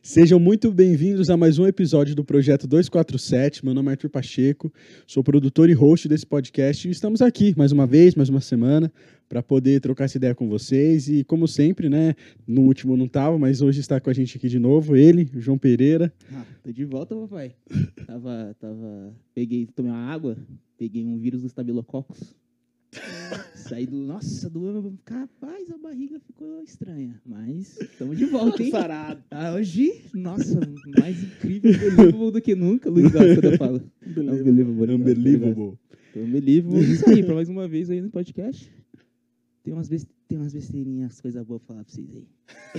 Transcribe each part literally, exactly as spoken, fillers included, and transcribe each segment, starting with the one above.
Sejam muito bem-vindos a mais um episódio do Projeto duzentos e quarenta e sete. Meu nome é Arthur Pacheco, sou produtor e host desse podcast e estamos aqui mais uma vez, mais uma semana, para poder trocar essa ideia com vocês. E como sempre, né, no último não estava, mas hoje está com a gente aqui de novo, ele, João Pereira. Ah, tô de volta, papai. tava, tava, peguei, tomei uma água, peguei um vírus do estabilococos. Saí do... Nossa, do... Capaz, a barriga ficou estranha. Mas estamos de volta, hein? Sarado. Ah, hoje, nossa, mais incrível, unbelievable do que nunca. Luiz gosta quando eu falo. Unbelievable. Unbelievable. Unbelievable. Isso aí, pra mais uma vez aí no podcast. Tem umas, best... Tem umas besteirinhas, coisa boa pra falar pra vocês aí.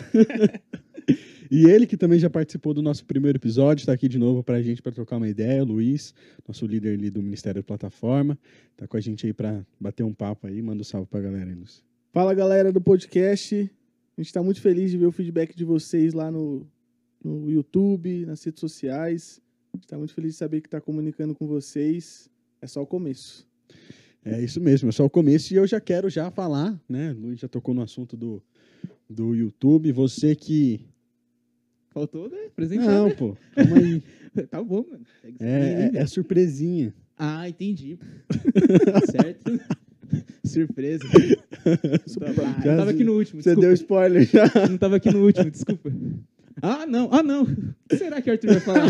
E ele, que também já participou do nosso primeiro episódio, está aqui de novo para a gente, para trocar uma ideia, o Luiz, nosso líder ali do Ministério da Plataforma, está com a gente aí para bater um papo aí. Manda um salve para a galera aí, Luiz. Fala, galera do podcast. A gente está muito feliz de ver o feedback de vocês lá no, no YouTube, nas redes sociais. A gente está muito feliz de saber que está comunicando com vocês. É só o começo. É isso mesmo, é só o começo. E eu já quero já falar, né? O Luiz já tocou no assunto do, do YouTube. Você que... Faltou, né? Apresentar, Não, né? pô. Calma aí. Tá bom, mano. É, é, é surpresinha. Ah, entendi. Certo? Surpresa. Ah, eu tava aqui no último, Você desculpa. deu spoiler já. Não tava aqui no último, desculpa. Ah, não. Ah, não. O que será que o Arthur vai falar?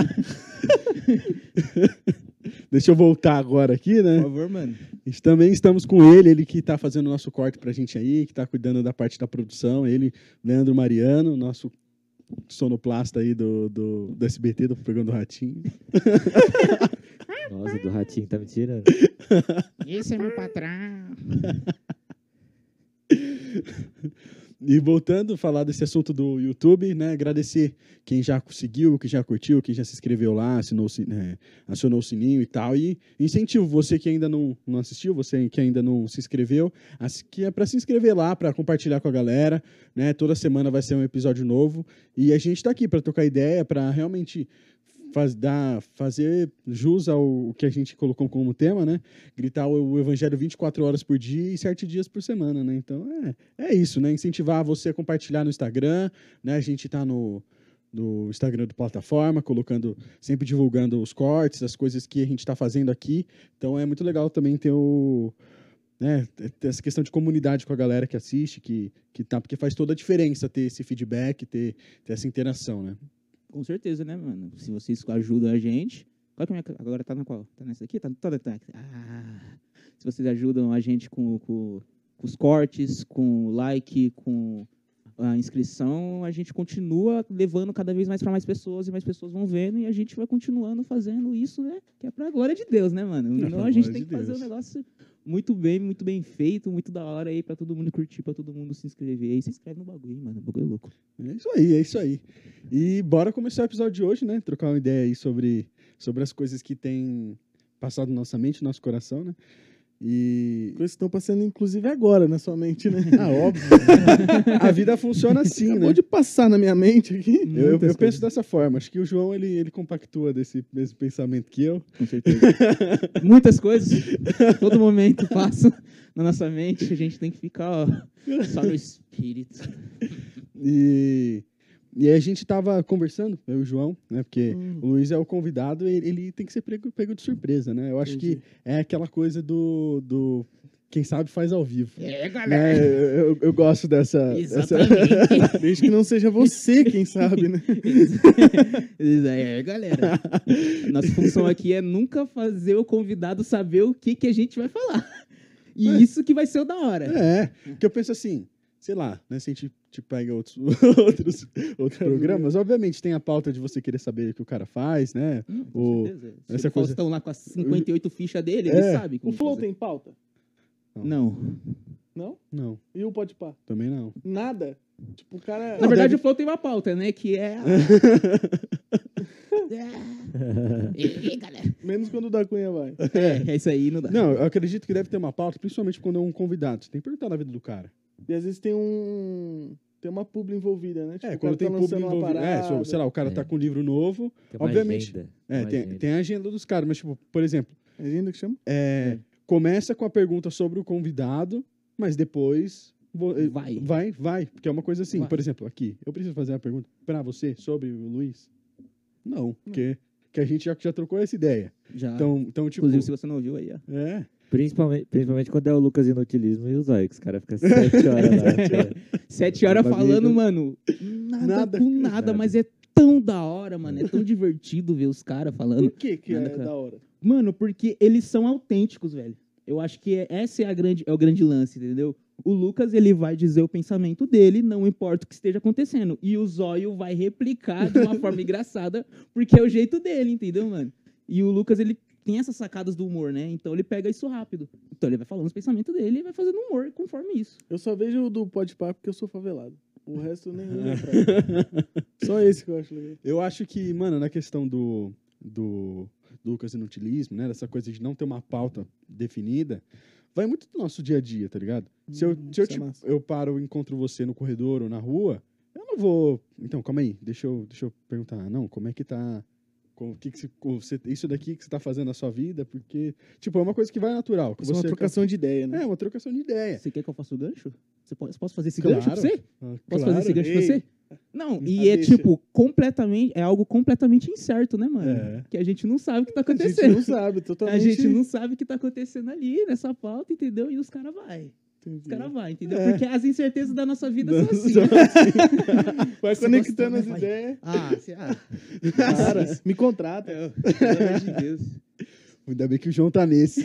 Deixa eu voltar agora aqui, né? Por favor, mano. Também estamos com ele, ele que está fazendo o nosso corte pra gente aí, que está cuidando da parte da produção. Ele, Leandro Mariano, nosso sonoplasta aí do, do, do S B T, do Programa do Ratinho. Nossa, do Ratinho, tá me tirando. Esse é meu patrão. E voltando a falar desse assunto do YouTube, né? Agradecer quem já conseguiu, quem já curtiu, quem já se inscreveu lá, assinou, é, acionou o sininho e tal. E incentivo você que ainda não, não assistiu, você que ainda não se inscreveu, que é para se inscrever lá, para compartilhar com a galera, né? Toda semana vai ser um episódio novo. E a gente está aqui para trocar ideia, para realmente Faz, dar, fazer jus ao que a gente colocou como tema, né? Gritar o, o evangelho vinte e quatro horas por dia e sete dias por semana, né? Então, é, é isso, né? Incentivar você a compartilhar no Instagram, né? A gente está no, no Instagram do Plataforma, colocando, sempre divulgando os cortes, as coisas que a gente está fazendo aqui. Então, é muito legal também ter o... Né, ter essa questão de comunidade com a galera que assiste, que, que tá, porque faz toda a diferença ter esse feedback, ter, ter essa interação, né? Com certeza, né, mano? Se vocês ajudam a gente... Qual que é a minha... Agora tá na qual? Tá nessa aqui? Tá toda... Tá... Ah, se vocês ajudam a gente com, com, com os cortes, com o like, com a inscrição, a gente continua levando cada vez mais para mais pessoas e mais pessoas vão vendo e a gente vai continuando fazendo isso, né? Que é pra glória de Deus, né, mano? É Então a gente tem de que fazer Deus. um negócio muito bem, muito bem feito, muito da hora aí pra todo mundo curtir, pra todo mundo se inscrever. Aí se inscreve no bagulho, mano. O bagulho é louco. É isso aí, é isso aí. E bora começar o episódio de hoje, né? Trocar uma ideia aí sobre, sobre as coisas que têm passado na nossa mente, no nosso coração, né? E... Coisas que estão passando, inclusive, agora na sua mente, né? Ah, óbvio. A vida funciona assim, Acabou né? de passar na minha mente aqui. Eu, eu, eu penso coisas. dessa forma. Acho que o João, ele, ele compactua desse mesmo pensamento que eu. Com certeza. Muitas coisas, todo momento passam na nossa mente. A gente tem que ficar ó, só no espírito. E... E aí a gente tava conversando, eu e o João, né? Porque Hum. o Luiz é o convidado e ele, ele tem que ser pego, pego de surpresa, né? Eu acho Entendi. que é aquela coisa do, do... Quem sabe faz ao vivo. É, Né? Eu, eu, eu gosto dessa... dessa... Exatamente. Desde que não seja você, quem sabe, né? É, galera. Nossa função aqui é nunca fazer o convidado saber o que, que a gente vai falar. E É. isso que vai ser o da hora. É, porque eu penso assim, sei lá, né? Se a gente tipo, pega outros, outros, outros programas, obviamente tem a pauta de você querer saber o que o cara faz, né? Hum, O- com certeza. Se essa o coisa- Faustão lá com as cinquenta e oito fichas dele, É. ele sabe O como Flow fazer. tem pauta? Não. Não? Não, E o Podpah? também não. Nada? Tipo, o cara... Na verdade, deve- o Flow tem uma pauta, né? Que é... a- É. E aí, galera? Menos quando o da Cunha vai. É, é isso aí, não dá. Não, eu acredito que deve ter uma pauta, principalmente quando é um convidado. Você tem que perguntar na vida do cara. E às vezes tem um... Tem uma publi envolvida, né? Tipo, É, o quando cara tem tá público lançando uma envolvido. É, parada. so- sei lá, o cara É. tá com um livro novo. Tem uma Obviamente. agenda, É, uma tem, agenda. tem a agenda dos caras, mas, tipo, por exemplo, Agenda que chama? é, começa com a pergunta sobre o convidado, mas depois vou- eh, Vai. vai, vai, porque é uma coisa assim, Vai. por exemplo, aqui, eu preciso fazer uma pergunta pra você sobre o Luiz? Não, porque que a gente já, já trocou essa ideia. Já. Então, então tipo, Inclusive, se você não ouviu aí, ó. é, Principalmente, principalmente quando é o Lucas Inutilismo e o Zóio, que os caras ficam sete horas lá. cara. Sete horas O bagulho falando, do- mano, nada, Nada, com nada, nada. mas é tão da hora, mano. É tão divertido ver os caras falando. Por que que Nada, é cara. da hora? Mano, porque eles são autênticos, velho. Eu acho que é- essa é, a grande, é o grande lance, entendeu? O Lucas, ele vai dizer o pensamento dele, não importa o que esteja acontecendo. E o Zóio vai replicar de uma forma engraçada, porque é o jeito dele, entendeu, mano? E o Lucas, ele tem essas sacadas do humor, né? Então ele pega isso rápido. Então ele vai falando os pensamentos dele e vai fazendo humor conforme isso. Eu só vejo o do Podpah porque eu sou favelado. O resto nem nem pra Só esse que eu acho legal. eu acho que, mano, na questão do, do, do Lucas Inutilismo, né, dessa coisa de não ter uma pauta definida, vai muito do nosso dia a dia, tá ligado? Se eu, Hum, se eu, isso é tipo, massa. eu paro e encontro você no corredor ou na rua, eu não vou... Então, calma aí, deixa eu, deixa eu perguntar. Não, como é que tá... O que que se- o- você, isso daqui que você tá fazendo na sua vida, porque... Tipo, é uma coisa que vai natural. Que Isso é uma você trocação de ideia, né? É, uma trocação de ideia. Você quer que eu faça o gancho? Você pode, posso fazer esse Claro. gancho pra você? Ah, Posso claro. fazer esse gancho pra Ei. você? Não, e Ah, é deixa. tipo, completamente, é algo completamente incerto, né, mano? É. Que a gente não sabe o que tá A gente acontecendo. não sabe, A totalmente. gente não sabe o que tá acontecendo ali nessa pauta, entendeu? E os caras vai. Entendi. Os caras vai, entendeu? É. Porque as incertezas da nossa vida Não, são assim. são né? Vai Você conectando gostou, as né, pai? ideias. Ah, você, ah, Cara, me contrata. é, pelo amor de Deus. Ainda bem que o João tá nesse.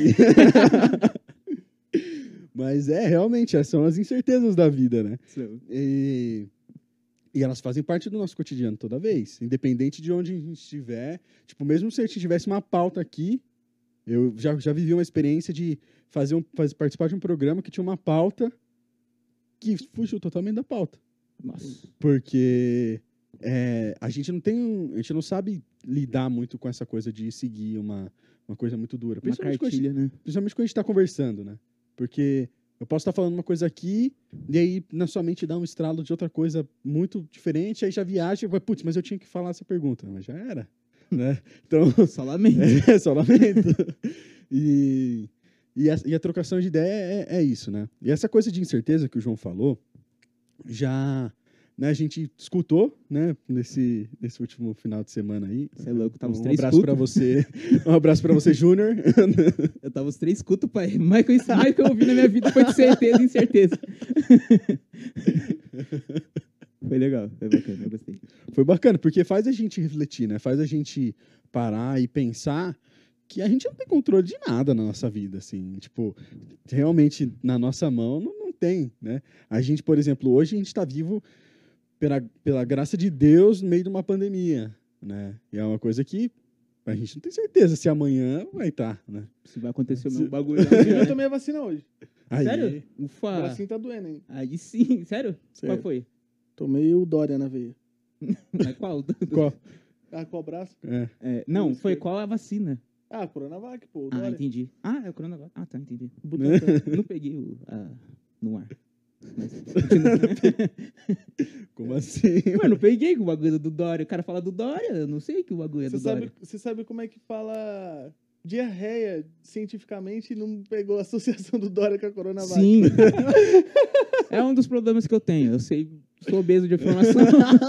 Mas é, realmente, essas são as incertezas da vida, né? E, e elas fazem parte do nosso cotidiano toda vez. Independente de onde a gente estiver. Tipo, mesmo se a gente tivesse uma pauta aqui, eu já, já vivi uma experiência de fazer um, faz, participar de um programa que tinha uma pauta que fugiu totalmente da pauta. Nossa. Porque é, a gente não tem um, a gente não sabe lidar muito com essa coisa de seguir uma, uma coisa muito dura. Uma Principalmente quando a gente- cartilha, né? Principalmente quando a gente está conversando, né? Porque eu posso estar falando uma coisa aqui, e aí na sua mente dá um estralo de outra coisa muito diferente, aí já viaja e vai, putz, mas eu tinha que falar essa pergunta. Mas já era, né? Então, Só lamento. é só lamento. E, e, a, e a trocação de ideia é, é isso, né? E essa coisa de incerteza que o João falou, já... Né, a gente escutou, né, nesse, nesse último final de semana aí. Você é louco, tava os Um três abraço cultos. para você, um abraço para você, Júnior. Eu tava os três cultos, pai. Mais que, eu, mais que eu ouvi na minha vida foi de certeza e incerteza. Foi legal, foi bacana, eu gostei. Foi bacana, porque faz a gente refletir, né? Faz a gente parar e pensar que a gente não tem controle de nada na nossa vida, assim. Tipo, realmente na nossa mão não, não tem, né? A gente, por exemplo, hoje a gente está vivo pela, pela graça de Deus no meio de uma pandemia, né? E é uma coisa que a gente não tem certeza se amanhã vai estar, né? Se vai acontecer o Se- meu bagulho lá. Eu tomei a vacina hoje. Aí, Sério? O Ufa. bracinho tá doendo, hein? Aí sim, sério? Qual Sério. foi? Tomei o Dória na veia. Mas qual? Qual? Ah, qual braço? É. É, não, Isso foi aí. qual a vacina? Ah, Coronavac, pô. O Ah, Dória. entendi. Ah, é o Coronavac. Ah, tá, entendi. Butantan. Eu não peguei o, a, no ar. Mas, Como assim? Mano, eu peguei com o bagulho do Dória. O cara fala do Dória, eu não sei que o bagulho é Você do sabe, Dória. você sabe como é que fala diarreia cientificamente e não pegou a associação do Dória com a Coronavac? Sim. É um dos problemas que eu tenho. Eu sei, sou obeso de informação.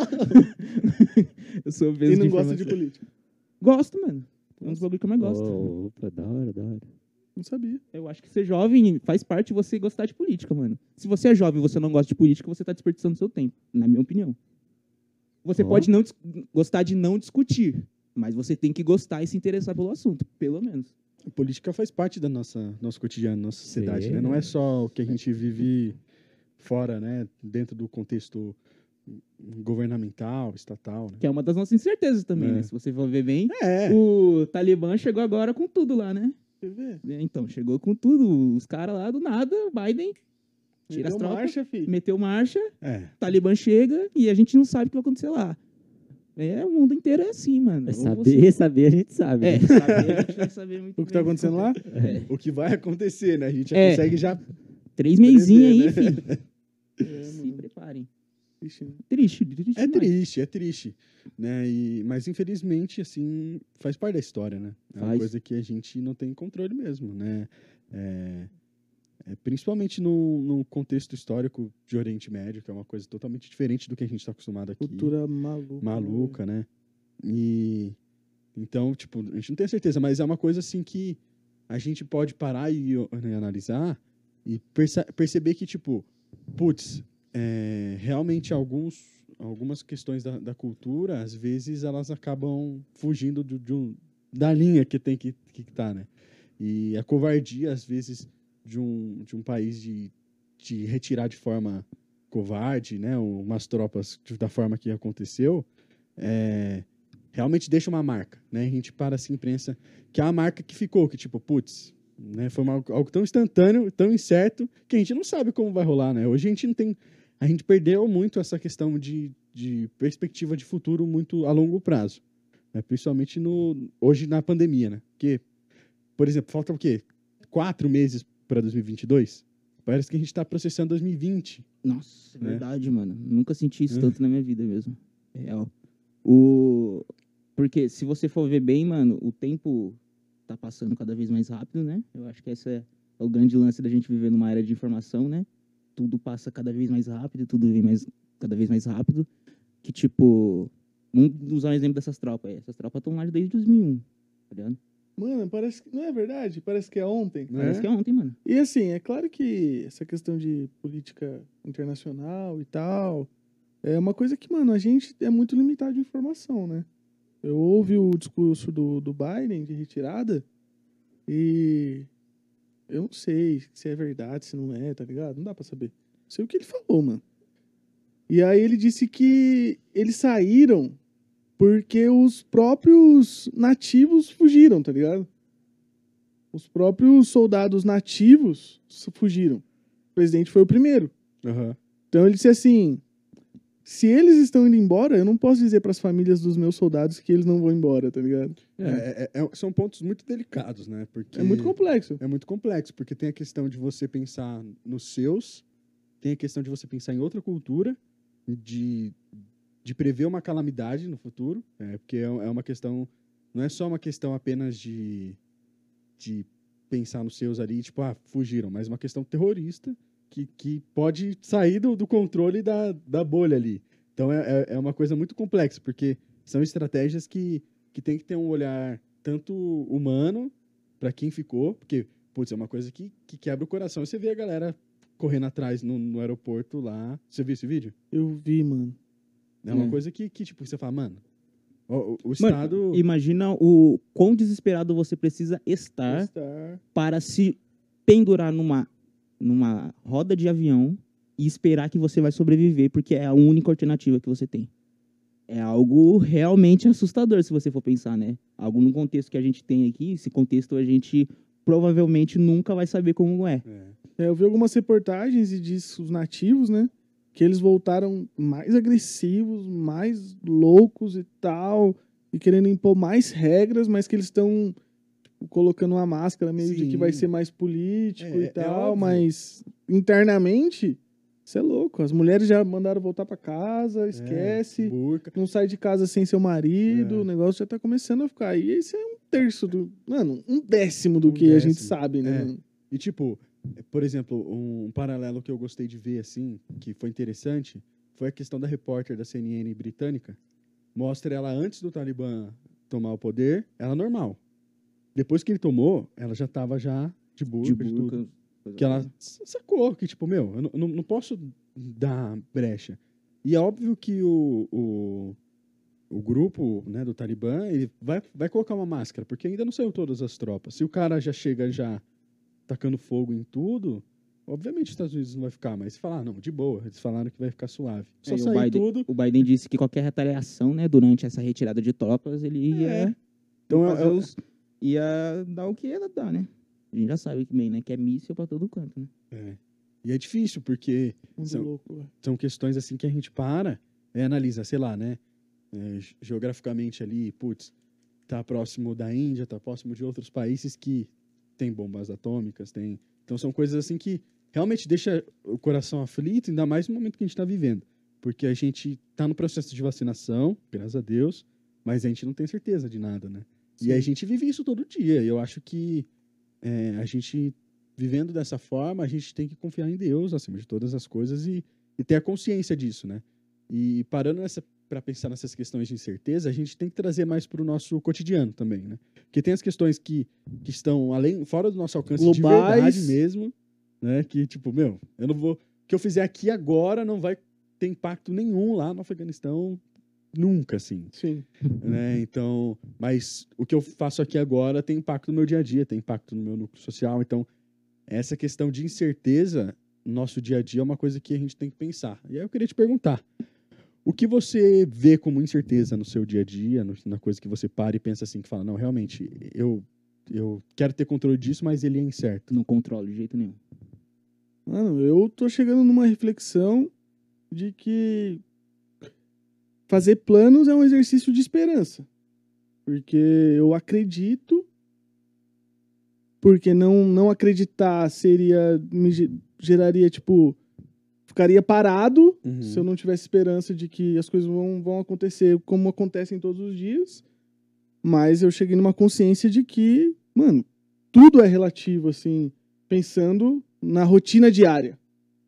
Eu sou obeso E de não informação. gosta de política. Gosto, mano. É um dos bagulhos que eu mais gosto. Oh, opa, da hora, da hora. Não sabia. Eu acho que ser jovem faz parte de você gostar de política, mano. Se você é jovem e você não gosta de política, você tá desperdiçando seu tempo, na minha opinião. Você Ó. pode não dis- gostar de não discutir, mas você tem que gostar e se interessar pelo assunto, pelo menos. A política faz parte da nossa nosso cotidiano, nossa sociedade, Sim. né? Não é só o que a gente vive fora, né? Dentro do contexto governamental, estatal, né? Que é uma das nossas incertezas também, É. né? Se você for ver bem, É, o Talibã chegou agora com tudo lá, né? Quer ver? É, Então, chegou com tudo. Os caras lá do nada, Biden tira as Meteu tropas, marcha, filho. meteu marcha, é. o Talibã chega e a gente não sabe o que vai acontecer lá. É, o mundo inteiro é assim, mano. É Ou saber, você- saber a gente sabe. É, né? saber, a gente vai saber muito O que tá bem. acontecendo lá? É. O que vai acontecer, né? A gente já É. consegue já Três meizinhos aí, prever, filho. É, Se mano. preparem. Ixi, né? Triste, triste É demais. triste, é triste, né? E, mas infelizmente, assim, faz parte da história, né? É uma Faz. coisa que a gente não tem controle mesmo, né? É, é, principalmente no, no contexto histórico de Oriente Médio, que é uma coisa totalmente diferente do que a gente está acostumado aqui. Cultura maluca. Maluca, né? E então, tipo, a gente não tem certeza, mas é uma coisa assim que a gente pode parar e, né, analisar e perce perceber que, tipo, putz, é, realmente alguns, algumas questões da, da cultura, às vezes, elas acabam fugindo do, de um, da linha que tem que estar, que tá, né? E a covardia, às vezes, de um, de um país de, de retirar de forma covarde, né, umas tropas da forma que aconteceu, é, realmente deixa uma marca, né? A gente para assim e pensa que é a marca que ficou, que tipo, putz, né, foi uma, algo tão instantâneo, tão incerto, que a gente não sabe como vai rolar, né? Hoje a gente não tem, a gente perdeu muito essa questão de, de perspectiva de futuro muito a longo prazo, né? Principalmente no, hoje na pandemia, né? Porque, por exemplo, falta o quê? Quatro meses para dois mil e vinte e dois? Parece que a gente está processando dois mil e vinte. Nossa, é né? verdade, mano. Nunca senti isso É. tanto na minha vida mesmo. É real. O... Porque se você for ver bem, mano, o tempo tá passando cada vez mais rápido, né? Eu acho que esse é o grande lance da gente viver numa era de informação, né? Tudo passa cada vez mais rápido, tudo vem mais, cada vez mais rápido. Que, tipo, vamos usar um exemplo dessas tropas aí. Essas tropas estão lá desde dois mil e um, tá ligado? Mano, parece que... Não é verdade? Parece que é ontem. Né? Parece que é ontem, mano. E assim, é claro que essa questão de política internacional e tal é uma coisa que, mano, a gente é muito limitado de informação, né? Eu ouvi o discurso do, do Biden de retirada e eu não sei se é verdade, se não é, tá ligado? Não dá pra saber. Não sei o que ele falou, mano. E aí ele disse que eles saíram porque os próprios nativos fugiram, tá ligado? Os próprios soldados nativos fugiram. O presidente foi o primeiro. Uhum. Então ele disse assim: se eles estão indo embora, eu não posso dizer para as famílias dos meus soldados que eles não vão embora, tá ligado? É, é, é, são pontos muito delicados, né? Porque É muito complexo. É muito complexo, porque tem a questão de você pensar nos seus, tem a questão de você pensar em outra cultura, de, de prever uma calamidade no futuro, é, porque é, é uma questão, não é só uma questão apenas de, de pensar nos seus ali, tipo, ah, fugiram, mas uma questão terrorista que, que pode sair do, do controle da, da bolha ali. Então é, é uma coisa muito complexa, porque são estratégias que, que tem que ter um olhar tanto humano para quem ficou, porque, putz, é uma coisa que, que quebra o coração. Você vê a galera correndo atrás no, no aeroporto lá. Você viu esse vídeo? Eu vi, mano. É uma É. coisa que, que, tipo, você fala, mano, o, o, o Mano, Estado... imagina o quão desesperado você precisa estar Estar. para se pendurar numa, numa roda de avião e esperar que você vai sobreviver, porque é a única alternativa que você tem. É algo realmente assustador, se você for pensar, né? Algo no contexto que a gente tem aqui, esse contexto a gente provavelmente nunca vai saber como é. É. É, eu vi algumas reportagens e disse os nativos, né? Que eles voltaram mais agressivos, mais loucos e tal, e querendo impor mais regras, mas que eles estão tipo, colocando uma máscara meio de Sim. que vai ser mais político É, e é tal, óbvio. mas internamente, isso é louco. As mulheres já mandaram voltar pra casa, esquece, É, burca. não sai de casa sem seu marido, É. o negócio já tá começando a ficar. E isso é um terço do. Mano, um décimo do Um que a gente décimo. sabe, né? É. mano? E, tipo, por exemplo, um paralelo que eu gostei de ver, assim, que foi interessante, foi a questão da repórter da C N N britânica. Mostra ela antes do Talibã tomar o poder, ela normal. Depois que ele tomou, ela já tava já de burca, De de tudo. burca. coisa Que ela toda. s- sacou que, tipo, meu, eu não, não, não posso dar brecha. E é óbvio que o, o, o grupo, né, do Talibã, ele vai, vai colocar uma máscara, porque ainda não saiu todas as tropas. Se o cara já chega já tacando fogo em tudo, obviamente os Estados Unidos não vai ficar, mas falar, ah, não, de boa, eles falaram que vai ficar suave. Só É, e o sair Biden- tudo. O Biden disse que qualquer retaliação, né, durante essa retirada de tropas, ele ia, É. Então, fazer é- é- os- ia dar o que ia dar, né? A gente já sabe que bem, né? Que é míssil pra todo canto, né? é. E é difícil, porque Mundo são, louco, velho. são questões assim que a gente para e analisa, sei lá, né? É, ge- geograficamente ali, putz, tá próximo da Índia, tá próximo de outros países que tem bombas atômicas, tem... Então são coisas assim que realmente deixa o coração aflito, ainda mais no momento que a gente está vivendo. Porque a gente tá no processo de vacinação, graças a Deus, mas a gente não tem certeza de nada, né? E Sim. a gente vive isso todo dia. E eu acho que é, a gente vivendo dessa forma, a gente tem que confiar em Deus acima de todas as coisas e, e ter a consciência disso, né? E parando para pensar nessas questões de incerteza, a gente tem que trazer mais para o nosso cotidiano também, né? Porque tem as questões que, que estão além, fora do nosso alcance Globais. de verdade mesmo, né? Que, tipo, meu, eu não vou... O que eu fizer aqui agora não vai ter impacto nenhum lá no Afeganistão, nunca, assim. Sim. Né? Então, mas o que eu faço aqui agora tem impacto no meu dia a dia, tem impacto no meu núcleo social. Então, essa questão de incerteza no nosso dia a dia é uma coisa que a gente tem que pensar. E aí eu queria te perguntar, o que você vê como incerteza no seu dia a dia, no, na coisa que você para e pensa assim, que fala, não, realmente, eu, eu quero ter controle disso, mas ele é incerto. Não controlo de jeito nenhum. Mano, eu tô chegando numa reflexão de que fazer planos é um exercício de esperança. Porque eu acredito, porque não, não acreditar seria, me ge- geraria, tipo, ficaria parado Uhum. se eu não tivesse esperança de que as coisas vão, vão acontecer como acontecem todos os dias. Mas eu cheguei numa consciência de que, mano, tudo é relativo, assim, pensando na rotina diária.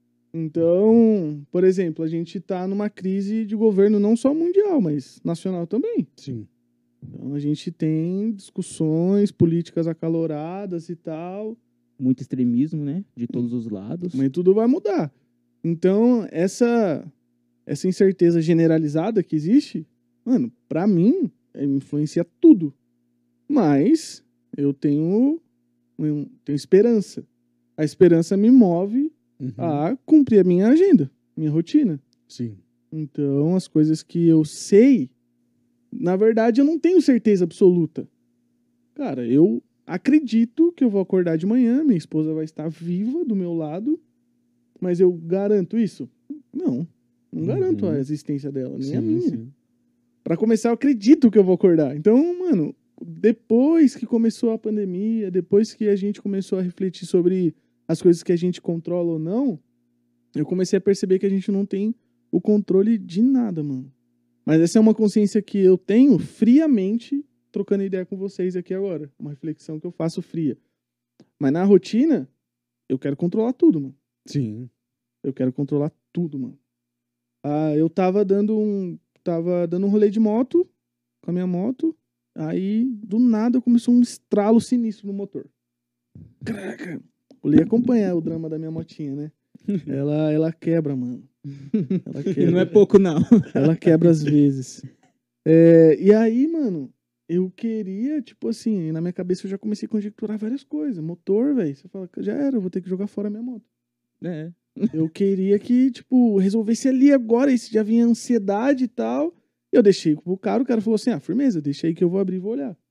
Então, por exemplo, a gente tá numa crise de governo não só mundial, mas nacional também. Sim. Então a gente tem discussões políticas acaloradas e tal, Muito extremismo, né? De todos os lados. mas tudo vai mudar. Então, essa essa incerteza generalizada que existe, mano, pra mim, eh, influencia tudo. Mas eu tenho, eu tenho esperança. A esperança me move Uhum. a cumprir a minha agenda, minha rotina. Sim. Então, as coisas que eu sei, na verdade, eu não tenho certeza absoluta. Cara, eu acredito que eu vou acordar de manhã, minha esposa vai estar viva do meu lado, mas eu garanto isso? Não. Não Uhum. garanto a existência dela, nem a Sim, minha. sim. Pra começar, eu acredito que eu vou acordar. Então, mano, depois que começou a pandemia, depois que a gente começou a refletir sobre as coisas que a gente controla ou não, eu comecei a perceber que a gente não tem o controle de nada, mano. Mas essa é uma consciência que eu tenho friamente trocando ideia com vocês aqui agora. Uma reflexão que eu faço fria. Mas na rotina, eu quero controlar tudo, mano. Sim. Eu quero controlar tudo, mano. Ah, eu tava dando um... Tava dando um rolê de moto, com a minha moto. Aí, do nada, começou um estralo sinistro no motor. Caraca. Olhei acompanhar o drama da minha motinha, né? Ela, ela quebra, mano. Ela E quebra. não é pouco, não. Ela quebra às vezes. É, e aí, mano, eu queria, tipo assim, na minha cabeça eu já comecei a conjecturar várias coisas. Motor, velho. Você fala, já era, eu vou ter que jogar fora a minha moto. É. Eu queria que, tipo, resolvesse ali agora. Isso já vinha ansiedade e tal. Eu deixei pro cara, o cara falou assim: ah, firmeza, deixa aí que eu vou abrir e vou olhar.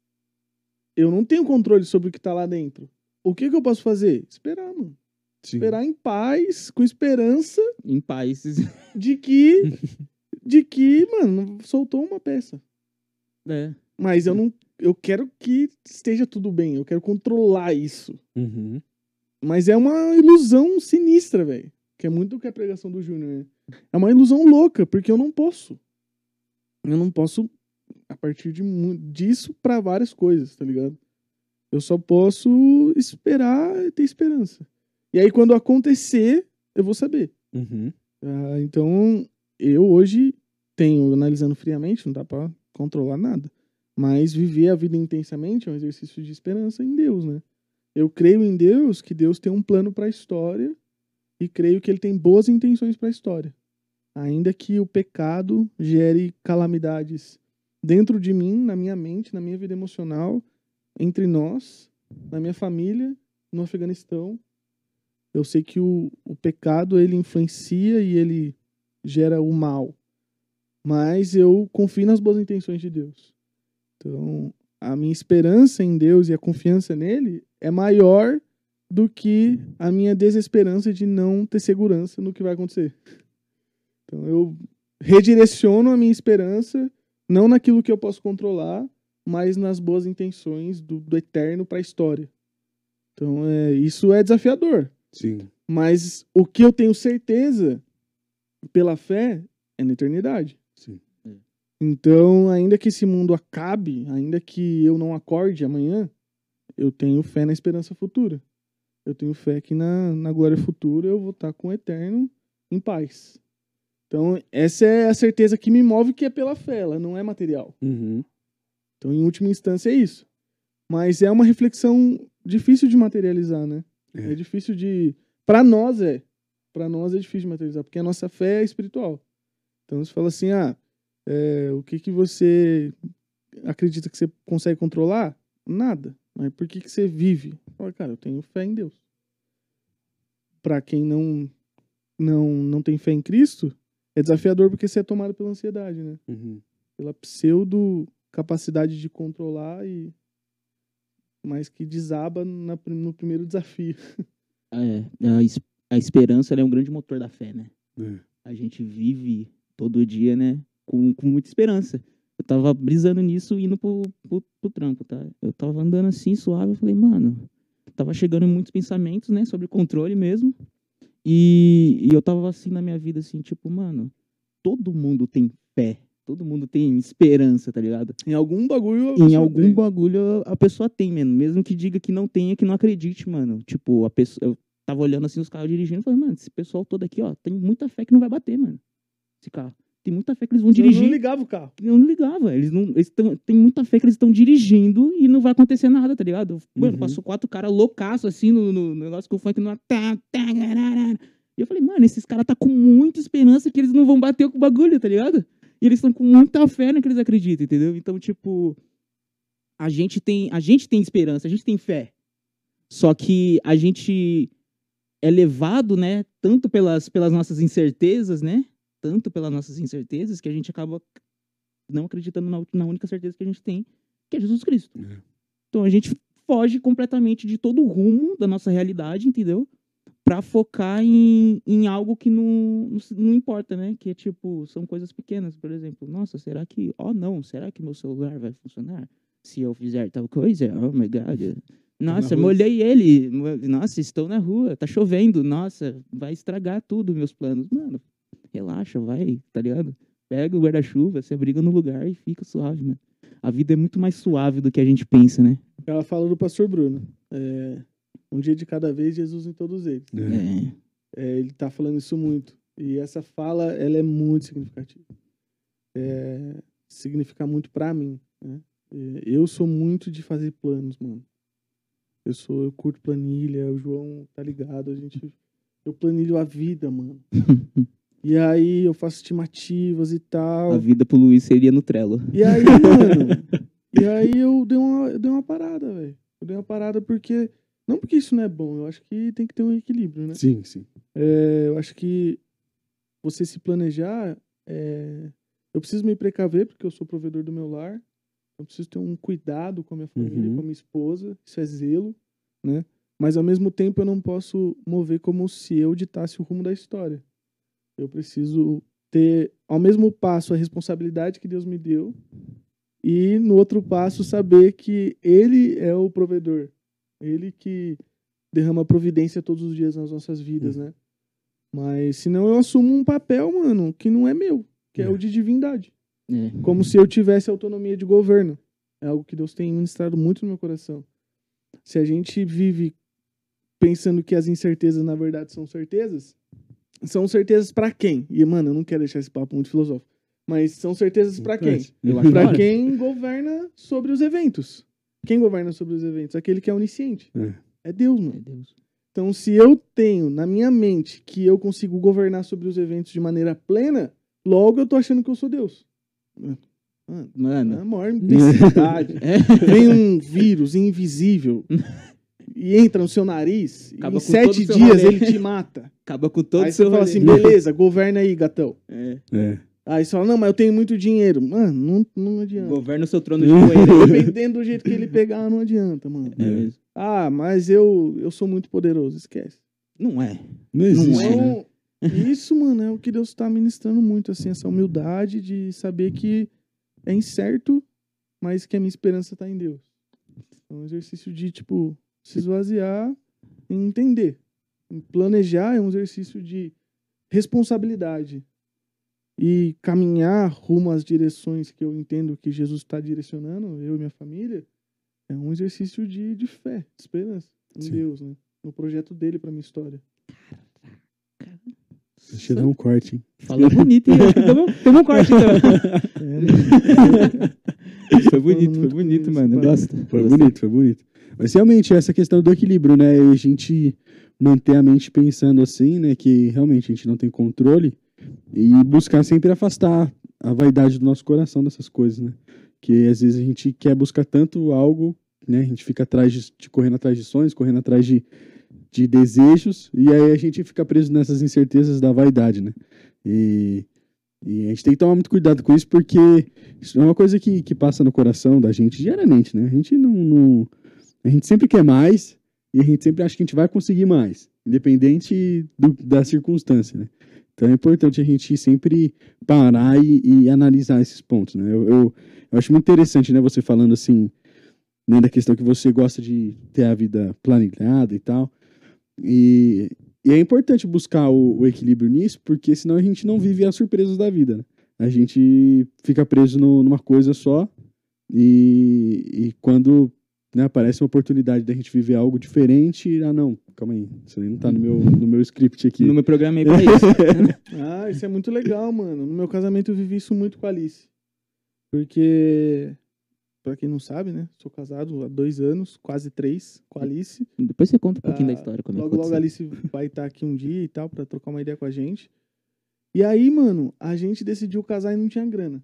Eu não tenho controle sobre o que tá lá dentro. O que que eu posso fazer? Esperar, mano. Sim. Esperar em paz, com esperança Em paz. de que, de que, mano, soltou uma peça. É. Mas eu não, eu quero que esteja tudo bem, eu quero controlar isso. Uhum. Mas é uma ilusão sinistra, velho. Que é muito o que é a pregação do Júnior, né? É uma ilusão louca, porque eu não posso. Eu não posso, a partir de mu- disso, pra várias coisas, tá ligado? Eu só posso esperar e ter esperança. E aí, quando acontecer, eu vou saber. Uhum. Ah, então, eu hoje tenho, analisando friamente, não dá pra controlar nada. Mas viver a vida intensamente é um exercício de esperança em Deus, né? Eu creio em Deus, que Deus tem um plano pra história e creio que ele tem boas intenções pra história. Ainda que o pecado gere calamidades dentro de mim, na minha mente, na minha vida emocional, entre nós, na minha família, no Afeganistão. Eu sei que o, o pecado, ele influencia e ele gera o mal. Mas eu confio nas boas intenções de Deus. Então, a minha esperança em Deus e a confiança nele é maior do que a minha desesperança de não ter segurança no que vai acontecer. Então, eu redireciono a minha esperança, não naquilo que eu posso controlar, mas nas boas intenções do, do eterno para a história. Então, é, isso é desafiador. Sim. Mas o que eu tenho certeza, pela fé, é na eternidade. Sim. Então, ainda que esse mundo acabe, ainda que eu não acorde amanhã, eu tenho fé na esperança futura. eu tenho fé que na, na glória futura eu vou estar com o eterno em paz. Então, essa é a certeza que me move, que é pela fé, ela não é material. Uhum. Então, em última instância, é isso. Mas é uma reflexão difícil de materializar, né? É. É difícil de... Para nós é. Para nós é difícil de materializar, porque a nossa fé é espiritual. Então, você fala assim, ah, é, o que, que você acredita que você consegue controlar? Nada. Mas por que, que você vive? Fala, cara, eu tenho fé em Deus. Para quem não, não, não tem fé em Cristo, é desafiador porque você é tomado pela ansiedade, né? Uhum. Pela pseudo capacidade de controlar, e mas que desaba na, no primeiro desafio. É, a, es- a esperança ela é um grande motor da fé, né? É. A gente vive todo dia, né? Com, com muita esperança. Eu tava brisando nisso indo pro, pro, pro trampo, tá? Eu tava andando assim, suave, eu falei, mano, tava chegando em muitos pensamentos, né? Sobre controle mesmo. E, e eu tava assim na minha vida, assim, tipo, mano, todo mundo tem fé. Todo mundo tem esperança, tá ligado? Em algum bagulho... a Em pessoa algum tem. bagulho a pessoa tem, mano. Mesmo que diga que não tenha, que não acredite, mano. Tipo, a pessoa, eu tava olhando assim os carros dirigindo e falei, mano, esse pessoal todo aqui, ó, tem muita fé que não vai bater, mano. Esse carro. Tem muita fé que eles vão Eu dirigir. não ligava o carro. Eu não ligava. Eles não, eles tão, tem muita fé que eles estão dirigindo e não vai acontecer nada, tá ligado? Mano, Uhum. passou quatro caras loucaços assim no, no negócio que o funk não. Tá, tá, gararara. E eu falei, mano, esses caras tá com muita esperança que eles não vão bater com o bagulho, tá ligado? E eles estão com muita fé no que eles acreditam, entendeu? Então, tipo, a gente tem, a gente tem esperança, a gente tem fé. Só que a gente é levado, né, tanto pelas, pelas nossas incertezas, né? Tanto pelas nossas incertezas que a gente acaba não acreditando na, na única certeza que a gente tem, que é Jesus Cristo. É. Então a gente foge completamente de todo o rumo da nossa realidade, entendeu? Pra focar em, em algo que não, não, se- não importa, né? Que é tipo, são coisas pequenas, por exemplo. Nossa, será que, oh não, será que meu celular vai funcionar? Se eu fizer tal coisa, oh my God. Nossa, rua. molhei ele. Nossa, estou na rua, tá chovendo. Nossa, vai estragar tudo meus planos. Mano, relaxa, vai, tá ligado? Pega o guarda-chuva, se abriga no lugar e fica suave, mano. A vida é muito mais suave do que a gente pensa, né? Ela fala do pastor Bruno. É, um dia de cada vez, Jesus em todos eles. É. É. É, ele tá falando isso muito. E essa fala, ela é muito significativa. É, significa muito pra mim, né? É, eu sou muito de fazer planos, mano. Eu sou, eu curto planilha, o João tá ligado, a gente... Eu planilho a vida, mano. E aí eu faço estimativas e tal. A vida pro Luiz seria no Trello. E aí, mano... E aí eu dei uma, eu dei uma parada, velho. Eu dei uma parada porque... Não porque isso não é bom, eu acho que tem que ter um equilíbrio, né? Sim, sim. É, eu acho que você se planejar, é, eu preciso me precaver porque eu sou provedor do meu lar, eu preciso ter um cuidado com a minha família, Uhum. com a minha esposa, isso é zelo, né? Mas ao mesmo tempo eu não posso mover como se eu ditasse o rumo da história. Eu preciso ter ao mesmo passo a responsabilidade que Deus me deu e no outro passo saber que Ele é o provedor, Ele que derrama providência todos os dias nas nossas vidas, né? Mas senão eu assumo um papel, mano, que não é meu, que é, É. o de divindade. É. Como se eu tivesse autonomia de governo. É algo que Deus tem ministrado muito no meu coração. Se a gente vive pensando que as incertezas, na verdade, são certezas, são certezas pra quem? E, mano, eu não quero deixar esse papo muito filosófico, mas são certezas pra quem? Eu acho da Pra hora. quem governa sobre os eventos. Quem governa sobre os eventos? Aquele que é onisciente. É. É Deus, mano. Meu Deus. Então, se eu tenho na minha mente que eu consigo governar sobre os eventos de maneira plena, logo eu tô achando que eu sou Deus. Mano, é a Mano. maior imbecilidade. É. Vem um vírus invisível e entra no seu nariz Acaba e em com todo sete o seu dias rolê. ele te mata. Acaba com todo Aí o seu você fala rolê. assim, beleza, governa aí, gatão. É. É. Aí você fala, não, mas eu tenho muito dinheiro. Mano, não, não adianta. Governa o seu trono de poeira. aí. Dependendo do jeito que ele pegar, não adianta, mano. É mesmo. Ah, mas eu, eu sou muito poderoso, esquece. Não é. Não existe, é. né? Então, isso, mano, é o que Deus tá ministrando muito, assim, essa humildade de saber que é incerto, mas que a minha esperança tá em Deus. É um exercício de, tipo, se esvaziar e entender. Planejar é um exercício de responsabilidade. E caminhar rumo às direções que eu entendo que Jesus está direcionando, eu e minha família, é um exercício de, de fé, de esperança em Sim. Deus, né? no projeto dele pra minha história. Deixa eu dar um corte, hein? Falou bonito, hein? Acho que Temos temos um corte, então. É, mano. Foi bonito, foi muito bonito, bonito mano. esse Gosto. Foi Gostei. bonito, foi bonito. Mas realmente, essa questão do equilíbrio, né? A gente manter a mente pensando assim, né? Que realmente a gente não tem controle. E buscar sempre afastar a vaidade do nosso coração dessas coisas, né? Que às vezes a gente quer buscar tanto algo, né? A gente fica atrás de, de correndo atrás de sonhos, correndo atrás de, de desejos, e aí a gente fica preso nessas incertezas da vaidade, né? E, e a gente tem que tomar muito cuidado com isso, porque isso é uma coisa que, que passa no coração da gente diariamente, né? A gente não, não. A gente sempre quer mais, e a gente sempre acha que a gente vai conseguir mais, independente do, da circunstância, né? Então é importante a gente sempre parar e, e analisar esses pontos, né? Eu, eu, eu acho muito interessante, né, você falando assim, né, da questão que você gosta de ter a vida planejada e tal. E, e é importante buscar o, o equilíbrio nisso, porque senão a gente não vive as surpresas da vida, né? A gente fica preso no, numa coisa só e, e quando, né, aparece uma oportunidade da gente viver algo diferente, ah não, calma aí, isso aí não tá no meu, no meu script aqui. No meu programa aí pra isso. Ah, isso é muito legal, mano. No meu casamento eu vivi isso muito com a Alice. Porque, pra quem não sabe, né? Sou casado há dois anos, quase três, com a Alice. Depois você conta um pouquinho Ah, da história. Como é que Logo, logo a aconteceu. Alice vai estar aqui um dia e tal, pra trocar uma ideia com a gente. E aí, mano, a gente decidiu casar e não tinha grana.